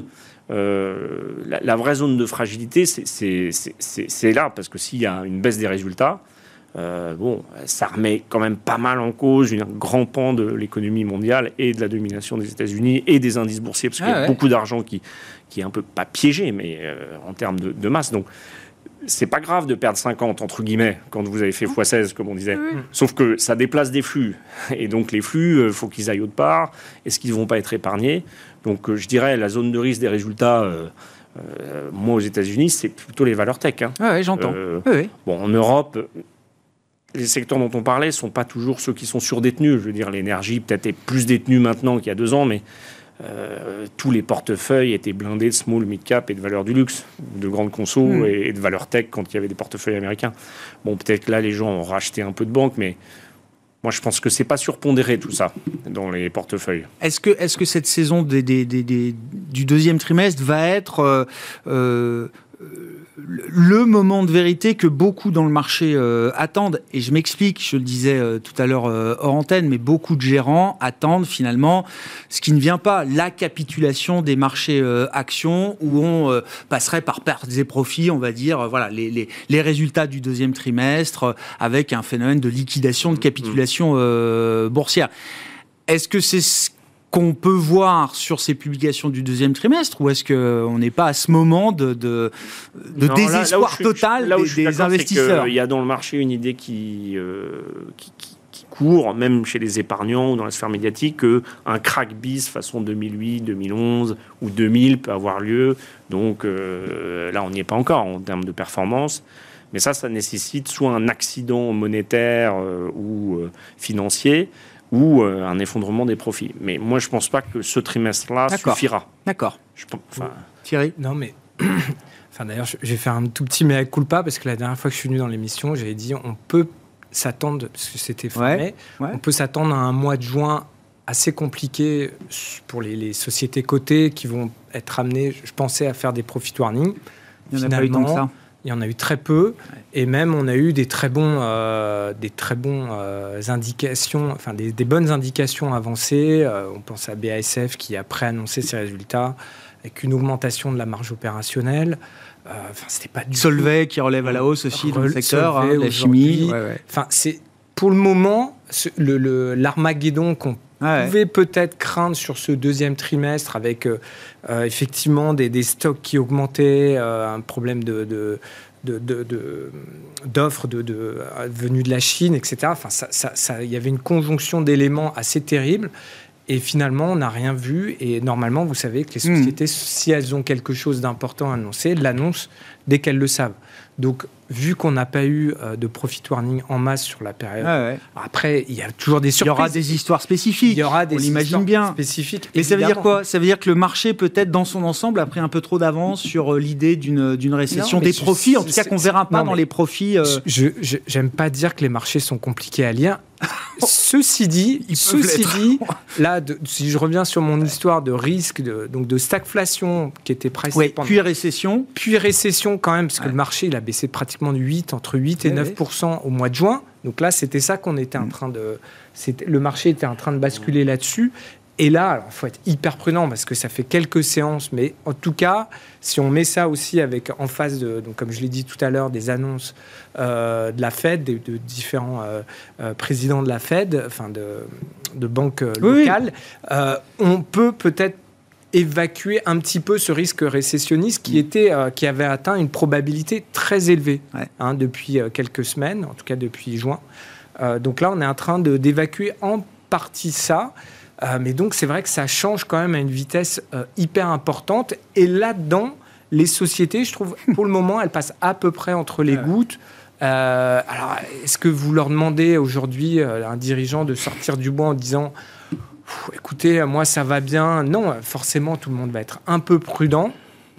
la vraie zone de fragilité, c'est là, parce que s'il y a une baisse des résultats, ça remet quand même pas mal en cause un grand pan de l'économie mondiale et de la domination des États-Unis et des indices boursiers, parce qu'il y a beaucoup d'argent qui est un peu, pas piégé, mais en termes de masse. Donc, c'est pas grave de perdre 50, entre guillemets, quand vous avez fait x16, comme on disait. Sauf que ça déplace des flux. Et donc, les flux, faut qu'ils aillent autre part. Est-ce qu'ils vont pas être épargnés ? Donc, je dirais, la zone de risque des résultats... moi, aux États-Unis, c'est plutôt les valeurs tech. J'entends. En Europe... Les secteurs dont on parlait ne sont pas toujours ceux qui sont surdétenus. Je veux dire, l'énergie peut-être est plus détenue maintenant qu'il y a 2 ans, mais tous les portefeuilles étaient blindés de small, mid-cap et de valeurs du luxe, de grandes consos et de valeurs tech quand il y avait des portefeuilles américains. Peut-être que là, les gens ont racheté un peu de banques, mais moi, je pense que c'est pas surpondéré tout ça dans les portefeuilles. Est-ce que cette saison du deuxième trimestre va être... le moment de vérité que beaucoup dans le marché attendent, et je m'explique, je le disais tout à l'heure hors antenne, mais beaucoup de gérants attendent finalement ce qui ne vient pas, la capitulation des marchés actions, où on passerait par pertes et profits, on va dire, les résultats du deuxième trimestre, avec un phénomène de liquidation, de capitulation boursière. Est-ce que c'est ce qu'on peut voir sur ces publications du deuxième trimestre, ou est-ce qu'on n'est pas à ce moment de désespoir total des investisseurs ? Il y a dans le marché une idée qui court, même chez les épargnants ou dans la sphère médiatique, qu'un crack bis façon 2008, 2011 ou 2000 peut avoir lieu. Donc là, on n'y est pas encore en termes de performance. Mais ça nécessite soit un accident monétaire ou financier, ou un effondrement des profits. Mais moi, je ne pense pas que ce trimestre-là suffira. D'accord. Thierry ? Non, mais... d'ailleurs, je vais faire un tout petit mea culpa, parce que la dernière fois que je suis venu dans l'émission, j'avais dit on peut s'attendre, parce que c'était fin mai, on peut s'attendre à un mois de juin assez compliqué pour les sociétés cotées qui vont être amenées, je pensais, à faire des profit warning. Il n'y en a pas eu tant que ça. Il y en a eu très peu, et même on a eu des très bons indications, enfin des bonnes indications avancées. On pense à BASF qui a préannoncé ses résultats avec une augmentation de la marge opérationnelle. C'était pas du Solvay qui relève à la hausse aussi dans le secteur, la chimie. Enfin, c'est pour le moment l'Armageddon qu'on pouvait peut-être craindre sur ce deuxième trimestre avec effectivement des stocks qui augmentaient, un problème d'offres venues de la Chine, etc. Enfin, il y avait une conjonction d'éléments assez terrible. Et finalement, on n'a rien vu. Et normalement, vous savez que les sociétés, si elles ont quelque chose d'important à annoncer, elles l'annoncent dès qu'elles le savent. Donc, vu qu'on n'a pas eu de profit warning en masse sur la période, après, il y a toujours des surprises. Il y aura des histoires spécifiques. Il y aura des on l'imagine bien. Spécifiques. Mais ça veut dire quoi ? Ça veut dire que le marché, peut-être dans son ensemble, a pris un peu trop d'avance sur l'idée d'une récession des profits. En tout cas, qu'on ne verra pas dans les profits. J'aime pas dire que les marchés sont compliqués à lire. Ceci dit, là, si je reviens sur mon histoire de risque, donc de stagflation qui était pricée pendant... Puis récession quand même, parce que le marché, il a baissé pratiquement entre 8 et 9% au mois de juin. Donc là, c'était ça qu'on était en train de... Le marché était en train de basculer là-dessus. Et là, il faut être hyper prudent parce que ça fait quelques séances, mais en tout cas, si on met ça aussi avec en face donc comme je l'ai dit tout à l'heure, des annonces de la Fed, de différents présidents de la Fed, enfin de banques locales, on peut peut-être évacuer un petit peu ce risque récessionniste qui avait atteint une probabilité très élevée depuis quelques semaines, en tout cas depuis juin. Donc là, on est en train d'évacuer en partie ça. Mais donc, c'est vrai que ça change quand même à une vitesse hyper importante. Et là-dedans, les sociétés, je trouve, pour le moment, elles passent à peu près entre les gouttes. Alors, est-ce que vous leur demandez aujourd'hui à un dirigeant de sortir du bois en disant « Écoutez, moi, ça va bien ?» Non, forcément, tout le monde va être un peu prudent.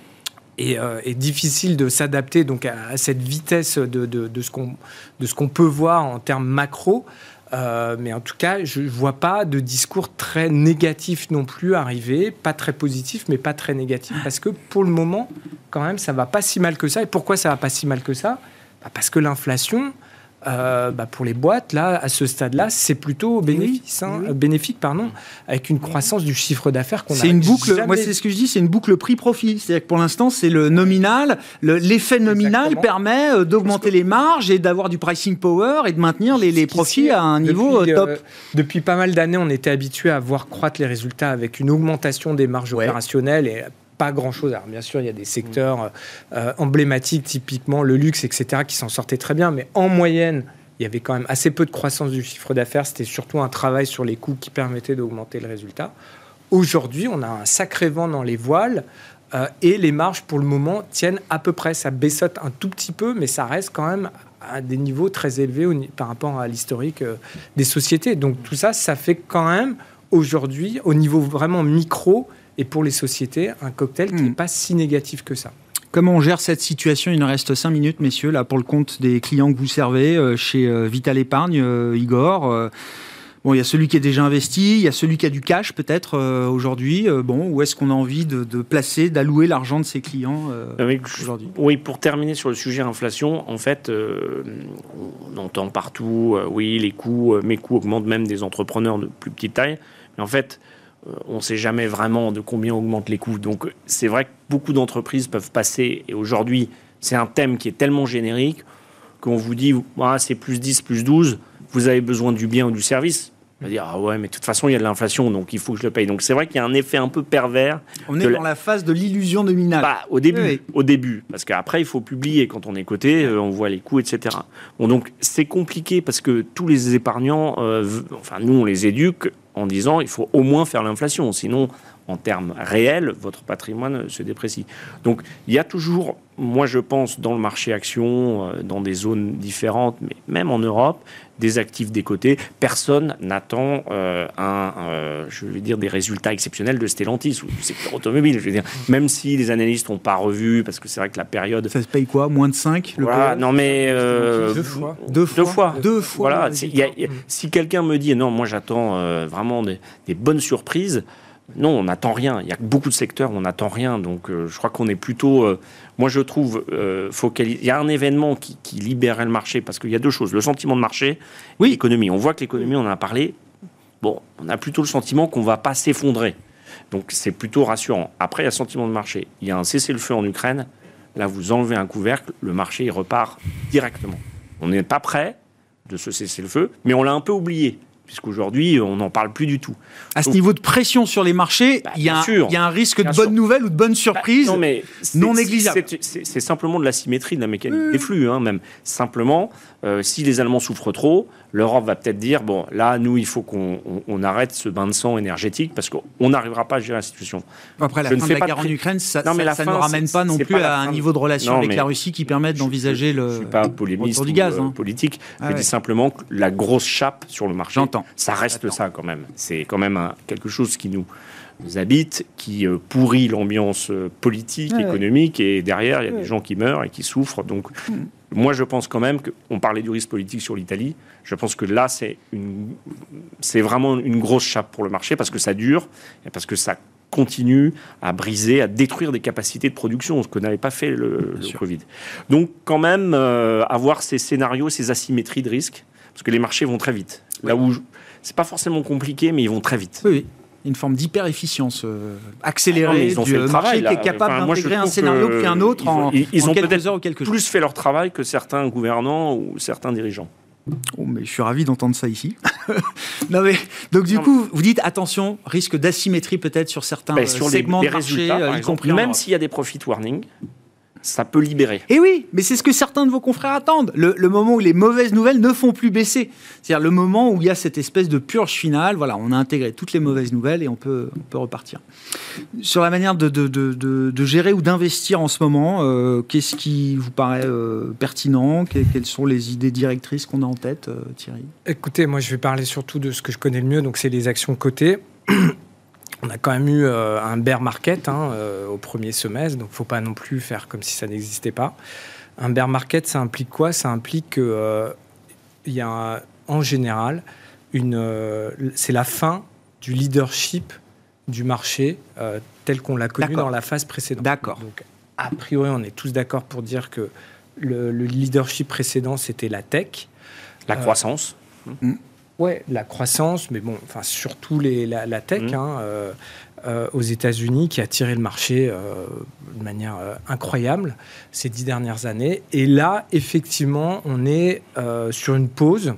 Et difficile de s'adapter donc à cette vitesse de ce qu'on peut voir en termes macro. Mais en tout cas, je ne vois pas de discours très négatif non plus arriver, pas très positif, mais pas très négatif, parce que pour le moment, quand même, ça ne va pas si mal que ça. Et pourquoi ça ne va pas si mal que ça ? Parce que l'inflation, pour les boîtes, là, à ce stade-là, c'est plutôt bénéfique, avec une croissance du chiffre d'affaires qu'on a. C'est une boucle. Moi, c'est ce que je dis, c'est une boucle prix-profit. C'est-à-dire que pour l'instant, c'est le nominal. L'effet nominal permet d'augmenter les marges et d'avoir du pricing power et de maintenir les profits à un niveau top. Depuis pas mal d'années, on était habitué à voir croître les résultats avec une augmentation des marges opérationnelles et pas grand-chose. Alors bien sûr, il y a des secteurs emblématiques, typiquement le luxe, etc., qui s'en sortaient très bien, mais en moyenne, il y avait quand même assez peu de croissance du chiffre d'affaires. C'était surtout un travail sur les coûts qui permettait d'augmenter le résultat. Aujourd'hui, on a un sacré vent dans les voiles et les marges, pour le moment, tiennent à peu près. Ça baissote un tout petit peu, mais ça reste quand même à des niveaux très élevés par rapport à l'historique des sociétés. Donc tout ça, ça fait quand même, aujourd'hui, au niveau vraiment micro, et pour les sociétés, un cocktail qui n'est pas si négatif que ça. Comment on gère cette situation ? Il nous reste 5 minutes, messieurs, là, pour le compte des clients que vous servez chez Vital Épargne, Igor. Bon, il y a celui qui est déjà investi, il y a celui qui a du cash peut-être aujourd'hui. Où est-ce qu'on a envie de placer, d'allouer l'argent de ses clients aujourd'hui ? Oui, pour terminer sur le sujet inflation, en fait, on entend partout, les coûts, mes coûts augmentent même des entrepreneurs de plus petite taille. Mais en fait, on ne sait jamais vraiment de combien augmentent les coûts. Donc, c'est vrai que beaucoup d'entreprises peuvent passer. Et aujourd'hui, c'est un thème qui est tellement générique qu'on vous dit, c'est plus 10, plus 12, vous avez besoin du bien ou du service. On va dire, mais de toute façon, il y a de l'inflation, donc il faut que je le paye. Donc, c'est vrai qu'il y a un effet un peu pervers. On est dans la phase de l'illusion nominale. Au début. Parce qu'après, il faut publier. Quand on est coté, on voit les coûts, etc. Bon, donc, c'est compliqué parce que tous les épargnants, nous, on les éduque en disant il faut au moins faire l'inflation, sinon en termes réels, votre patrimoine se déprécie. Donc, il y a toujours, moi je pense, dans le marché action, dans des zones différentes, mais même en Europe, des actifs décotés. Personne n'attend je vais dire, des résultats exceptionnels de Stellantis ou du secteur automobile. Je veux dire, même si les analystes n'ont pas revu, parce que c'est vrai que la période... Ça se paye quoi ? Moins de 5 voilà, non mais... Deux fois. Voilà, si quelqu'un me dit, non, moi j'attends vraiment des bonnes surprises, non, on n'attend rien. Il y a beaucoup de secteurs où on n'attend rien. Donc, je crois qu'on est plutôt... moi, je trouve focalisé. Il y a un événement qui libérait le marché parce qu'il y a deux choses. Le sentiment de marché et l'économie. On voit que l'économie, on en a parlé. Bon, on a plutôt le sentiment qu'on ne va pas s'effondrer. Donc, c'est plutôt rassurant. Après, il y a le sentiment de marché. Il y a un cessez-le-feu en Ukraine. Là, vous enlevez un couvercle, le marché, il repart directement. On n'est pas prêt de ce cessez-le-feu, mais on l'a un peu oublié. Puisqu'aujourd'hui, on n'en parle plus du tout. À ce niveau de pression sur les marchés, il y a un risque de bonne nouvelle ou de bonne surprise non négligeable. C'est simplement de l'asymétrie de la mécanique des flux. Même. Simplement, si les Allemands souffrent trop, l'Europe va peut-être dire, bon, là, nous, il faut qu'on arrête ce bain de sang énergétique parce qu'on n'arrivera pas à gérer la situation. Après, la fin de la guerre en Ukraine, ça ne ramène pas non plus à un niveau de relation avec la Russie qui permette d'envisager le retour du gaz. Je ne suis pas polémiste politique. Je dis simplement que la grosse chape sur le marché, ça reste ça quand même. C'est quand même quelque chose qui nous habite, qui pourrit l'ambiance politique, économique, et derrière, il y a des gens qui meurent et qui souffrent. Donc, moi, je pense quand même qu'on parlait du risque politique sur l'Italie. Je pense que là, c'est vraiment une grosse chape pour le marché parce que ça dure et parce que ça continue à briser, à détruire des capacités de production, ce que n'avait pas fait le Covid. Donc, quand même, avoir ces scénarios, ces asymétries de risque, parce que les marchés vont très vite. Là où c'est pas forcément compliqué, mais ils vont très vite. Oui. Une forme d'hyper-efficience accélérée du marché qui est capable d'intégrer un scénario puis un autre en quelques heures ou quelques jours. Plus fait leur travail que certains gouvernants ou certains dirigeants. Oh, mais je suis ravi d'entendre ça ici. Donc du coup, vous dites attention, risque d'asymétrie peut-être sur certains segments de marché, y compris même s'il y a des profit warnings. Ça peut libérer. Et oui, mais c'est ce que certains de vos confrères attendent. Le moment où les mauvaises nouvelles ne font plus baisser. C'est-à-dire le moment où il y a cette espèce de purge finale. Voilà, on a intégré toutes les mauvaises nouvelles et on peut repartir. Sur la manière de gérer ou d'investir en ce moment, qu'est-ce qui vous paraît pertinent ? Quelles sont les idées directrices qu'on a en tête, Thierry ? Écoutez, moi je vais parler surtout de ce que je connais le mieux, donc c'est les actions cotées. On a quand même eu un bear market au premier semestre, donc il ne faut pas non plus faire comme si ça n'existait pas. Un bear market, ça implique quoi ? Ça implique qu'il y a en général, c'est la fin du leadership du marché tel qu'on l'a connu dans la phase précédente. D'accord. Donc, a priori, on est tous d'accord pour dire que le leadership précédent, c'était la tech. La croissance. Ouais, la croissance, mais bon, enfin surtout la tech aux États-Unis qui a tiré le marché de manière incroyable ces 10 dernières années. Et là, effectivement, on est sur une pause,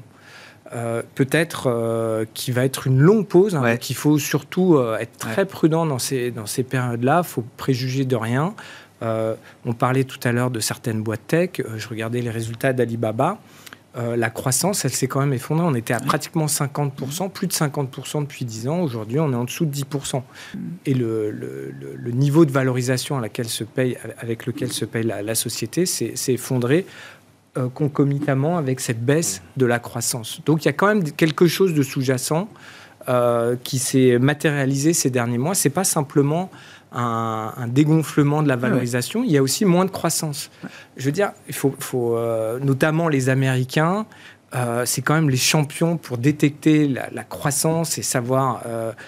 peut-être qui va être une longue pause. Donc il faut surtout être très prudent dans ces périodes-là. Il faut préjuger de rien. On parlait tout à l'heure de certaines boîtes tech. Je regardais les résultats d'Alibaba. La croissance, elle s'est quand même effondrée. On était à pratiquement 50%, plus de 50% depuis 10 ans. Aujourd'hui, on est en dessous de 10%. Et le niveau de valorisation avec lequel se paye la société s'est effondré concomitamment avec cette baisse de la croissance. Donc, il y a quand même quelque chose de sous-jacent qui s'est matérialisé ces derniers mois. Ce n'est pas simplement un dégonflement de la valorisation, il y a aussi moins de croissance. Je veux dire, il faut notamment les Américains, c'est quand même les champions pour détecter la croissance et savoir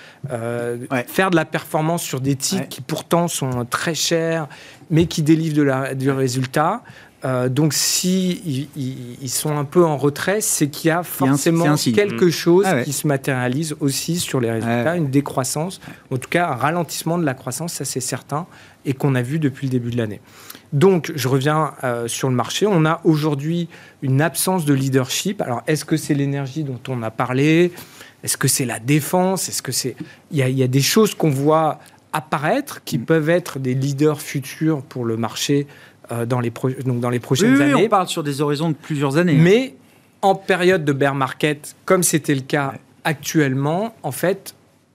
faire de la performance sur des titres qui pourtant sont très chers, mais qui délivrent du résultat. Donc, si ils sont un peu en retrait, c'est qu'il y a forcément quelque chose qui se matérialise aussi sur les résultats, une décroissance, en tout cas un ralentissement de la croissance, ça c'est certain, et qu'on a vu depuis le début de l'année. Donc, je reviens sur le marché. On a aujourd'hui une absence de leadership. Alors, est-ce que c'est l'énergie dont on a parlé ? Est-ce que c'est la défense ? Est-ce que c'est... Il y a des choses qu'on voit apparaître qui peuvent être des leaders futurs pour le marché dans les prochaines années. On parle sur des horizons de plusieurs années. Mais en période de bear market, comme c'était le cas actuellement, en fait,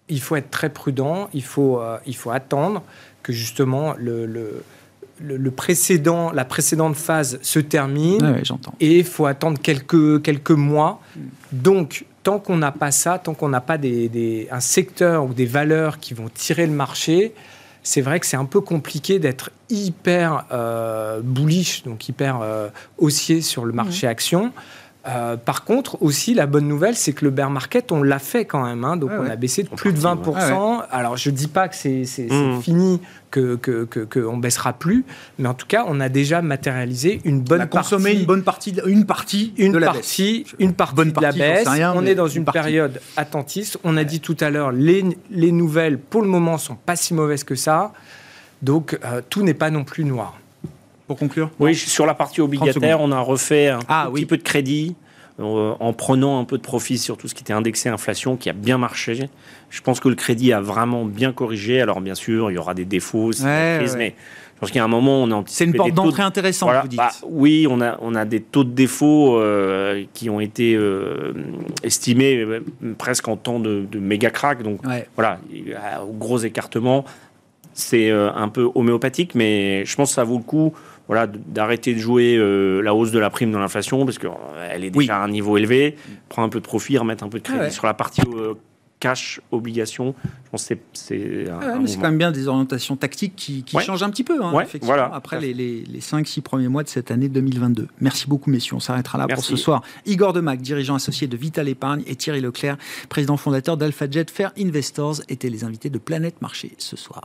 il faut être très prudent, il faut attendre que justement la précédente phase se termine. Ouais, j'entends. Et il faut attendre quelques mois. Donc, tant qu'on n'a pas ça, tant qu'on n'a pas un secteur ou des valeurs qui vont tirer le marché, c'est vrai que c'est un peu compliqué d'être hyper bullish, donc hyper haussier sur le marché action. Par contre, aussi, la bonne nouvelle, c'est que le bear market, on l'a fait quand même. Donc, on a baissé de plus de 20%. Alors, je ne dis pas que c'est fini, qu'on ne baissera plus. Mais en tout cas, on a déjà matérialisé une bonne partie. On a consommé une partie de la baisse. On est dans une période attentiste. On a dit tout à l'heure, les nouvelles, pour le moment, ne sont pas si mauvaises que ça. Donc, tout n'est pas non plus noir. Pour conclure ? Oui, sur la partie obligataire, on a refait un petit peu de crédit en prenant un peu de profit sur tout ce qui était indexé inflation, qui a bien marché. Je pense que le crédit a vraiment bien corrigé. Alors, bien sûr, il y aura des défauts, c'est la crise, mais je pense qu'il y a un moment où on a anticipé. C'est une porte d'entrée intéressante, vous dites. Oui, on a des taux de défaut qui ont été estimés presque en temps de méga crack. Donc, voilà, gros écartement. C'est un peu homéopathique, mais je pense que ça vaut le coup d'arrêter de jouer la hausse de la prime dans l'inflation, parce qu'elle est déjà à un niveau élevé, prendre un peu de profit, remettre un peu de crédit sur la partie cash, obligation. Je pense que c'est mais c'est quand même bien des orientations tactiques qui changent un petit peu, effectivement, après les 5-6 premiers mois de cette année 2022. Merci beaucoup, messieurs. On s'arrêtera là pour ce soir. Igor Demac, dirigeant associé de Vital Épargne, et Thierry Leclerc, président fondateur d'AlphaJet Fair Investors, étaient les invités de Planète Marché ce soir.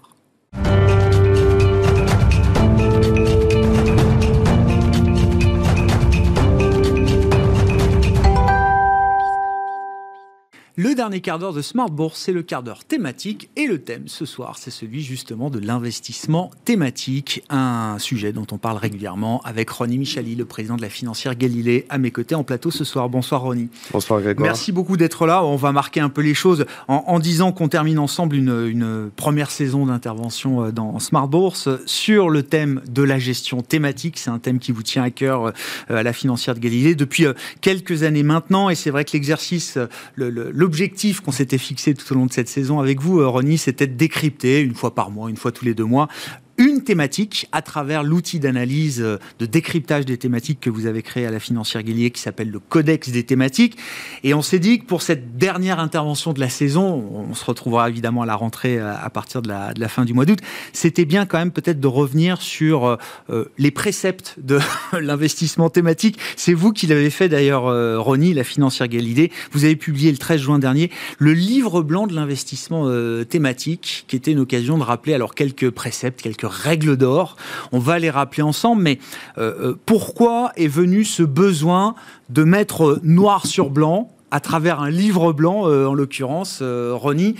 Le dernier quart d'heure de Smart Bourse, c'est le quart d'heure thématique, et le thème ce soir, c'est celui justement de l'investissement thématique, un sujet dont on parle régulièrement avec Ronnie Michali, le président de la financière Galilée, à mes côtés en plateau ce soir. Bonsoir Ronnie. Bonsoir Grégoire. Merci beaucoup d'être là. On va marquer un peu les choses en disant qu'on termine ensemble une première saison d'intervention dans Smart Bourse sur le thème de la gestion thématique. C'est un thème qui vous tient à cœur à la financière de Galilée depuis quelques années maintenant, et c'est vrai que l'exercice, l'objectif qu'on s'était fixé tout au long de cette saison avec vous, Ronnie, c'était de décrypter une fois par mois, une fois tous les 2 mois, une thématique à travers l'outil d'analyse, de décryptage des thématiques que vous avez créé à la financière Galilée, qui s'appelle le Codex des thématiques. Et on s'est dit que pour cette dernière intervention de la saison, on se retrouvera évidemment à la rentrée à partir de la fin du mois d'août, c'était bien quand même peut-être de revenir sur les préceptes de l'investissement thématique. C'est vous qui l'avez fait d'ailleurs, Ronnie, la financière Galilée. Vous avez publié le 13 juin dernier le livre blanc de l'investissement thématique, qui était une occasion de rappeler alors quelques préceptes, quelques règles d'or. On va les rappeler ensemble, mais pourquoi est venu ce besoin de mettre noir sur blanc à travers un livre blanc, en l'occurrence, Ronnie,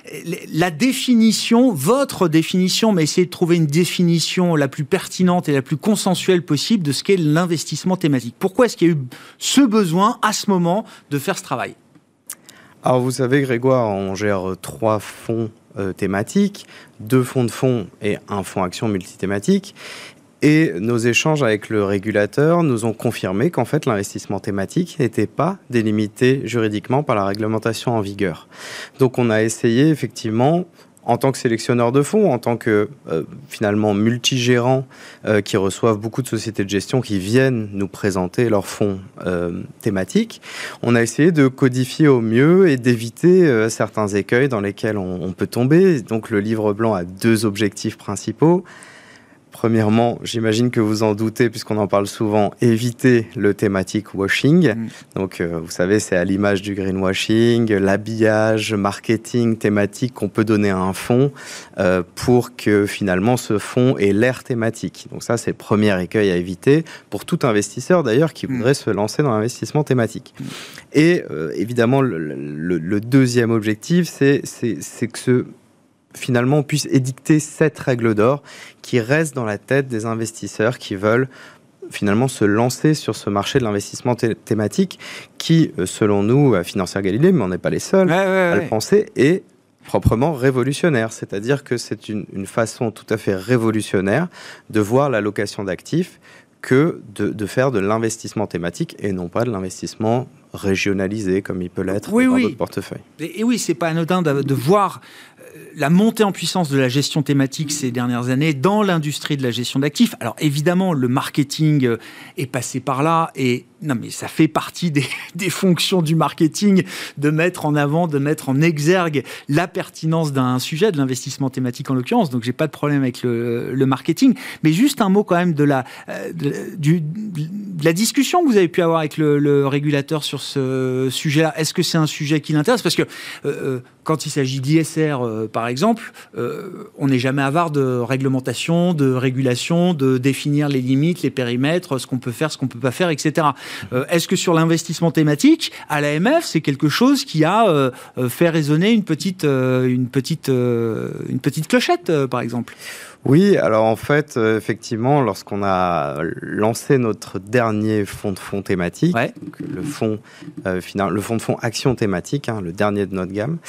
la définition, votre définition, mais essayez de trouver une définition la plus pertinente et la plus consensuelle possible de ce qu'est l'investissement thématique. Pourquoi est-ce qu'il y a eu ce besoin, à ce moment, de faire ce travail ? Alors vous savez Grégoire, on gère 3 fonds thématiques, 2 fonds de fonds et un fonds action multithématique. Et nos échanges avec le régulateur nous ont confirmé qu'en fait l'investissement thématique n'était pas délimité juridiquement par la réglementation en vigueur. Donc on a essayé effectivement, en tant que sélectionneur de fonds, en tant que finalement multigérant qui reçoivent beaucoup de sociétés de gestion qui viennent nous présenter leurs fonds thématiques, on a essayé de codifier au mieux et d'éviter certains écueils dans lesquels on peut tomber. Donc le livre blanc a 2 objectifs principaux. Premièrement, j'imagine que vous en doutez, puisqu'on en parle souvent, éviter le thématique washing. Donc, vous savez, c'est à l'image du greenwashing, l'habillage, marketing thématique qu'on peut donner à un fonds pour que finalement ce fonds ait l'air thématique. Donc ça, c'est le premier écueil à éviter pour tout investisseur d'ailleurs qui voudrait se lancer dans l'investissement thématique. Et évidemment, le deuxième objectif, c'est que finalement, on puisse édicter cette règle d'or qui reste dans la tête des investisseurs qui veulent finalement se lancer sur ce marché de l'investissement thématique qui, selon nous, à Financière Galilée, mais on n'est pas les seuls à le penser, est proprement révolutionnaire. C'est-à-dire que c'est une façon tout à fait révolutionnaire de voir l'allocation d'actifs que de faire de l'investissement thématique et non pas de l'investissement régionalisé comme il peut l'être dans d'autres portefeuilles. Et oui, c'est pas anodin de voir la montée en puissance de la gestion thématique ces dernières années dans l'industrie de la gestion d'actifs. Alors évidemment, le marketing est passé par là et non, mais ça fait partie des fonctions du marketing de mettre en avant, de mettre en exergue la pertinence d'un sujet, de l'investissement thématique en l'occurrence. Donc, j'ai pas de problème avec le marketing. Mais juste un mot quand même de la discussion que vous avez pu avoir avec le régulateur sur ce sujet-là. Est-ce que c'est un sujet qui l'intéresse ? Parce que quand il s'agit d'ISR, par exemple, on n'est jamais avare de réglementation, de régulation, de définir les limites, les périmètres, ce qu'on peut faire, ce qu'on peut pas faire, etc. Est-ce que sur l'investissement thématique, à l'AMF, c'est quelque chose qui a fait résonner une petite clochette, par exemple ? Oui, alors en fait, effectivement, lorsqu'on a lancé notre dernier fonds de fonds thématique, donc le fonds de fonds action thématique, le dernier de notre gamme,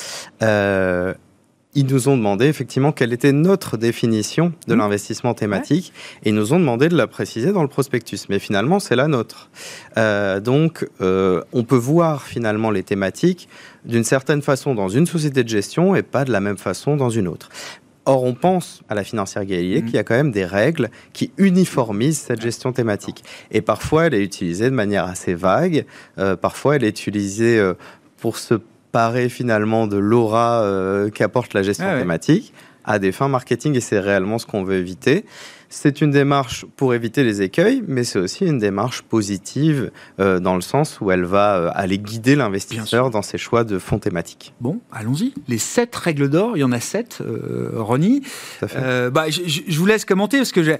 ils nous ont demandé effectivement quelle était notre définition de l'investissement thématique et ils nous ont demandé de la préciser dans le prospectus. Mais finalement, c'est la nôtre. Donc, on peut voir finalement les thématiques d'une certaine façon dans une société de gestion et pas de la même façon dans une autre. Or, on pense à la financière Galilée qu'il y a quand même des règles qui uniformisent cette gestion thématique. Et parfois, elle est utilisée de manière assez vague. Parfois, elle est utilisée pour se parer finalement de l'aura qu'apporte la gestion thématique à des fins marketing. Et c'est réellement ce qu'on veut éviter. C'est une démarche pour éviter les écueils, mais c'est aussi une démarche positive dans le sens où elle va aller guider l'investisseur dans ses choix de fonds thématiques. Bon, allons-y. Les 7 règles d'or, il y en a 7, Ronnie. Je vous laisse commenter parce que je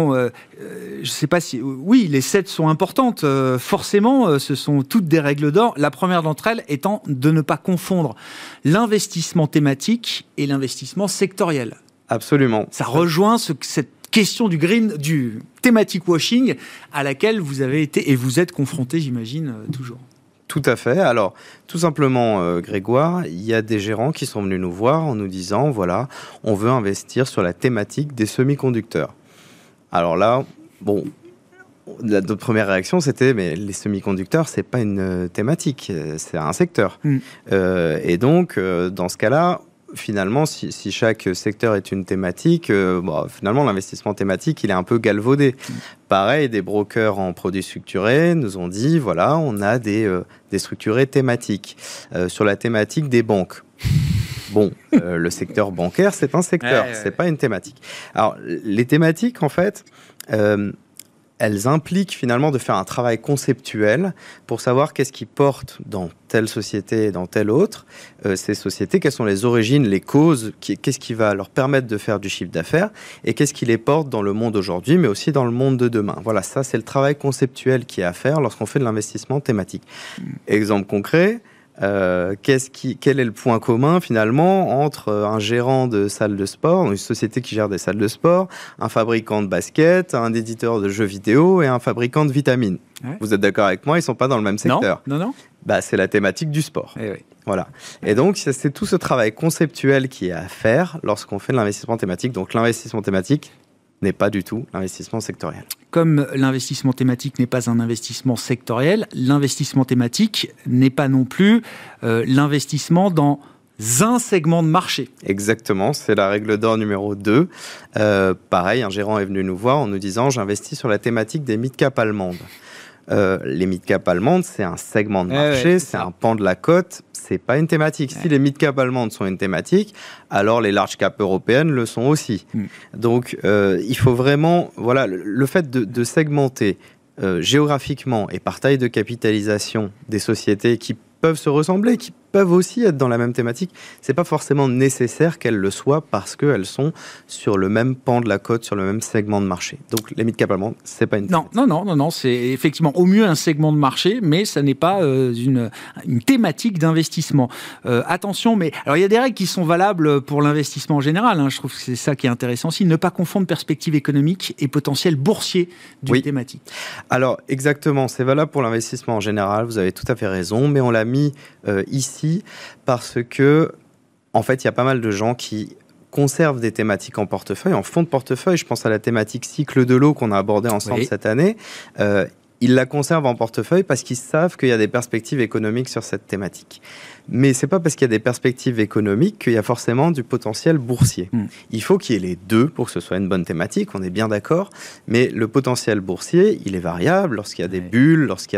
ne sais pas si... Oui, les 7 sont importantes. Forcément, ce sont toutes des règles d'or. La première d'entre elles étant de ne pas confondre l'investissement thématique et l'investissement sectoriel. Absolument. Ça rejoint cette question du thematic washing à laquelle vous avez été et vous êtes confronté, j'imagine, toujours. Tout à fait. Alors, tout simplement, Grégoire, il y a des gérants qui sont venus nous voir en nous disant, voilà, on veut investir sur la thématique des semi-conducteurs. Alors là, notre première réaction, c'était, mais les semi-conducteurs, c'est pas une thématique, c'est un secteur. Et donc, dans ce cas-là, finalement, si chaque secteur est une thématique, finalement, l'investissement thématique, il est un peu galvaudé. Pareil, des brokers en produits structurés nous ont dit, voilà, on a des structurés thématiques sur la thématique des banques. Le secteur bancaire, c'est un secteur, c'est pas une thématique. Alors, les thématiques, en fait... elles impliquent finalement de faire un travail conceptuel pour savoir qu'est-ce qui porte dans telle société et dans telle autre. Ces sociétés, quelles sont les origines, les causes, qu'est-ce qui va leur permettre de faire du chiffre d'affaires et qu'est-ce qui les porte dans le monde aujourd'hui, mais aussi dans le monde de demain. Voilà, ça c'est le travail conceptuel qui est à faire lorsqu'on fait de l'investissement thématique. Exemple concret, quel est le point commun finalement entre un gérant de salle de sport, une société qui gère des salles de sport, un fabricant de baskets, un éditeur de jeux vidéo et un fabricant de vitamines? Vous êtes d'accord avec moi, ils ne sont pas dans le même secteur. Non. C'est la thématique du sport. Voilà. Et donc, c'est tout ce travail conceptuel qui est à faire lorsqu'on fait de l'investissement thématique. Donc, l'investissement thématique n'est pas du tout l'investissement sectoriel. Comme l'investissement thématique n'est pas un investissement sectoriel, l'investissement thématique n'est pas non plus l'investissement dans un segment de marché. Exactement, c'est la règle d'or numéro 2. Pareil, un gérant est venu nous voir en nous disant « J'investis sur la thématique des mid-cap allemandes ». Les mid-cap allemandes, c'est un segment de marché, c'est un pan de la cote, c'est pas une thématique. Si les mid-cap allemandes sont une thématique, alors les large-cap européennes le sont aussi. Donc, il faut vraiment... Voilà, le fait de segmenter géographiquement et par taille de capitalisation des sociétés qui peuvent se ressembler, qui peuvent aussi être dans la même thématique, c'est pas forcément nécessaire qu'elles le soient parce qu'elles sont sur le même pan de la côte, sur le même segment de marché. Donc les mid-cap allemandes, c'est pas une thématique. Non, c'est effectivement au mieux un segment de marché, mais ça n'est pas une thématique d'investissement. Attention, mais alors il y a des règles qui sont valables pour l'investissement en général, je trouve que c'est ça qui est intéressant aussi, ne pas confondre perspective économique et potentiel boursier d'une thématique. Alors exactement, c'est valable pour l'investissement en général, vous avez tout à fait raison, mais on l'a mis ici parce que, en fait, il y a pas mal de gens qui conservent des thématiques en portefeuille, en fonds de portefeuille. Je pense à la thématique cycle de l'eau qu'on a abordée ensemble cette année. ils la conservent en portefeuille parce qu'ils savent qu'il y a des perspectives économiques sur cette thématique. Mais ce n'est pas parce qu'il y a des perspectives économiques qu'il y a forcément du potentiel boursier. Il faut qu'il y ait les deux pour que ce soit une bonne thématique, on est bien d'accord. Mais le potentiel boursier, il est variable. Lorsqu'il y a des bulles, lorsqu'il y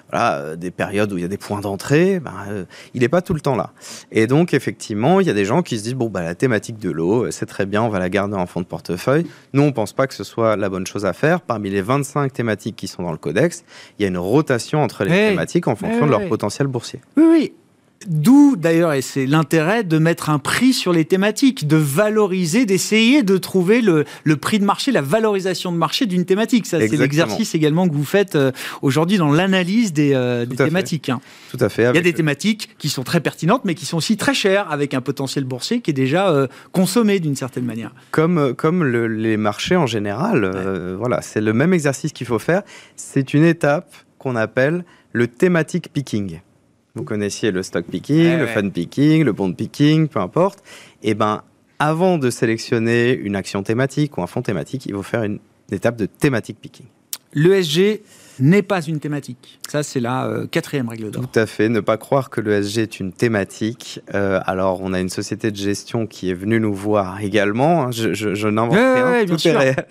a des périodes où il y a des points d'entrée, il n'est pas tout le temps là. Et donc, effectivement, il y a des gens qui se disent, la thématique de l'eau, c'est très bien, on va la garder en fond de portefeuille. Nous, on ne pense pas que ce soit la bonne chose à faire. Parmi les 25 thématiques qui sont dans le codex, il y a une rotation entre les thématiques en fonction de leur potentiel boursier. Oui. D'où, d'ailleurs, et c'est l'intérêt de mettre un prix sur les thématiques, de valoriser, d'essayer de trouver le prix de marché, la valorisation de marché d'une thématique. Ça, c'est l'exercice également que vous faites aujourd'hui dans l'analyse des thématiques. Tout à fait. Il y a des thématiques qui sont très pertinentes, mais qui sont aussi très chères, avec un potentiel boursier qui est déjà consommé d'une certaine manière. Comme les marchés en général. C'est le même exercice qu'il faut faire. C'est une étape qu'on appelle le thematic picking. Vous connaissiez le stock picking, le fund picking, le bond picking, peu importe. Et avant de sélectionner une action thématique ou un fonds thématique, il faut faire une étape de thematic picking. L'ESG n'est pas une thématique. Ça, c'est la 4e règle d'or. Tout à fait. Ne pas croire que l'ESG est une thématique. Alors, on a une société de gestion qui est venue nous voir également. Je n'invente rien, tout est réel.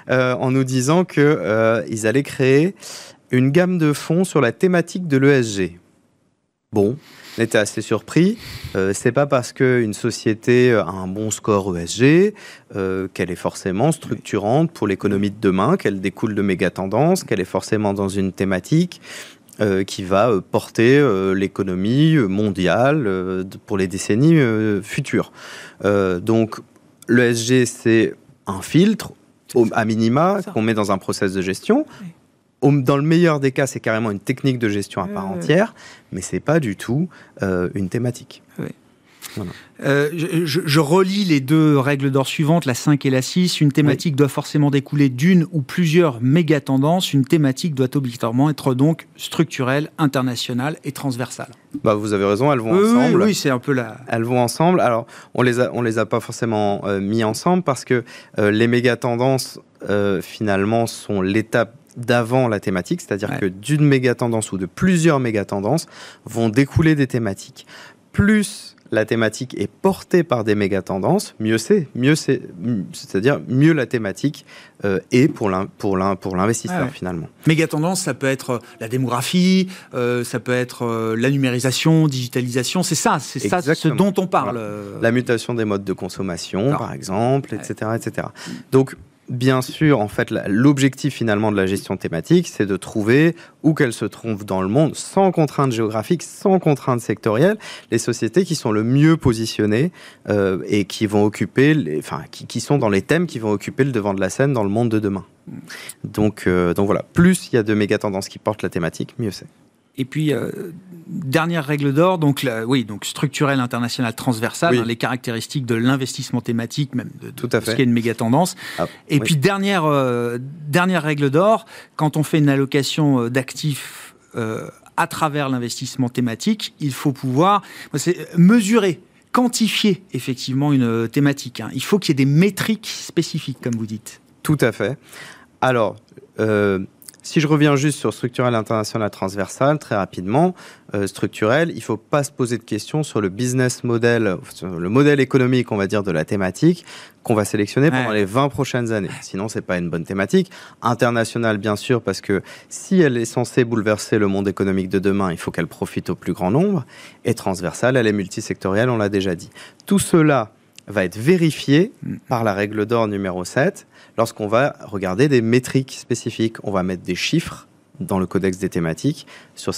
En nous disant qu'ils allaient créer une gamme de fonds sur la thématique de l'ESG. Bon, on était assez surpris. C'est pas parce qu'une société a un bon score ESG qu'elle est forcément structurante pour l'économie de demain, qu'elle découle de méga tendances, qu'elle est forcément dans une thématique qui va porter l'économie mondiale pour les décennies futures. Donc, l'ESG, c'est un filtre, à minima, qu'on met dans un process de gestion. Dans le meilleur des cas, c'est carrément une technique de gestion à part entière, mais ce n'est pas du tout une thématique. Voilà. Je relis les 2 règles d'or suivantes, la 5 et la 6. Une thématique doit forcément découler d'une ou plusieurs méga-tendances. Une thématique doit obligatoirement être donc structurelle, internationale et transversale. Vous avez raison, elles vont ensemble. Oui, c'est un peu Elles vont ensemble. Alors, on les a pas forcément mis ensemble parce que les méga-tendances, finalement, sont l'étape d'avant la thématique, c'est-à-dire que d'une méga-tendance ou de plusieurs méga-tendances vont découler des thématiques. Plus la thématique est portée par des méga-tendances, mieux c'est. C'est-à-dire mieux la thématique est pour l'investisseur finalement. Méga-tendance, ça peut être la démographie, ça peut être la numérisation, digitalisation, c'est ça ce dont on parle. Voilà. La mutation des modes de consommation, par exemple, etc. Donc, bien sûr, en fait, l'objectif finalement de la gestion thématique, c'est de trouver où qu'elles se trouvent dans le monde, sans contraintes géographiques, sans contraintes sectorielles, les sociétés qui sont le mieux positionnées et qui vont occuper, qui sont dans les thèmes qui vont occuper le devant de la scène dans le monde de demain. Donc voilà, plus il y a de méga tendances qui portent la thématique, mieux c'est. Et puis, dernière règle d'or, donc structurelle, internationale, transversale, les caractéristiques de l'investissement thématique, même de tout ce qui est une méga tendance. Puis, dernière règle d'or, quand on fait une allocation d'actifs à travers l'investissement thématique, il faut pouvoir mesurer, quantifier effectivement une thématique. Il faut qu'il y ait des métriques spécifiques, comme vous dites. Tout à fait. Alors, si je reviens juste sur structurel, international, transversal, très rapidement, structurel, il ne faut pas se poser de questions sur le business model, sur le modèle économique, on va dire, de la thématique qu'on va sélectionner pendant les 20 prochaines années. Sinon, ce n'est pas une bonne thématique. International, bien sûr, parce que si elle est censée bouleverser le monde économique de demain, il faut qu'elle profite au plus grand nombre. Et transversale, elle est multisectorielle, on l'a déjà dit. Tout cela va être vérifié par la règle d'or numéro 7 lorsqu'on va regarder des métriques spécifiques. On va mettre des chiffres dans le codex des thématiques sur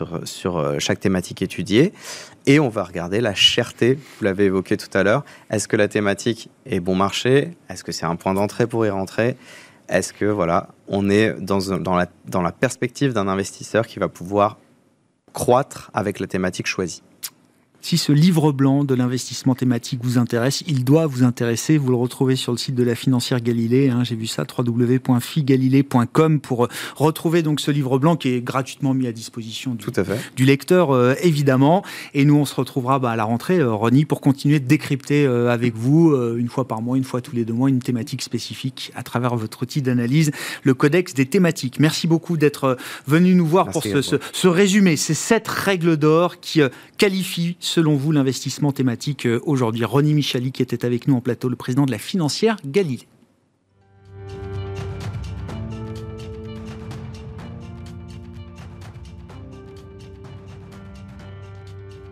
chaque thématique étudiée et on va regarder la cherté, vous l'avez évoqué tout à l'heure. Est-ce que la thématique est bon marché? Est-ce que c'est un point d'entrée pour y rentrer? Est-ce que on est dans la perspective d'un investisseur qui va pouvoir croître avec la thématique choisie? Si ce livre blanc de l'investissement thématique vous intéresse, il doit vous intéresser. Vous le retrouvez sur le site de la financière Galilée. J'ai vu ça, www.figalilée.com, pour retrouver donc ce livre blanc qui est gratuitement mis à disposition du lecteur, évidemment. Et nous, on se retrouvera à la rentrée, Ronnie, pour continuer de décrypter avec vous, une fois par mois, une fois tous les 2 mois, une thématique spécifique à travers votre outil d'analyse, le Codex des thématiques. Merci beaucoup d'être venu nous voir. Merci pour ce résumé, ces 7 règles d'or qui qualifient, selon vous, l'investissement thématique aujourd'hui. Ronnie Michali qui était avec nous en plateau, le président de la financière Galilée.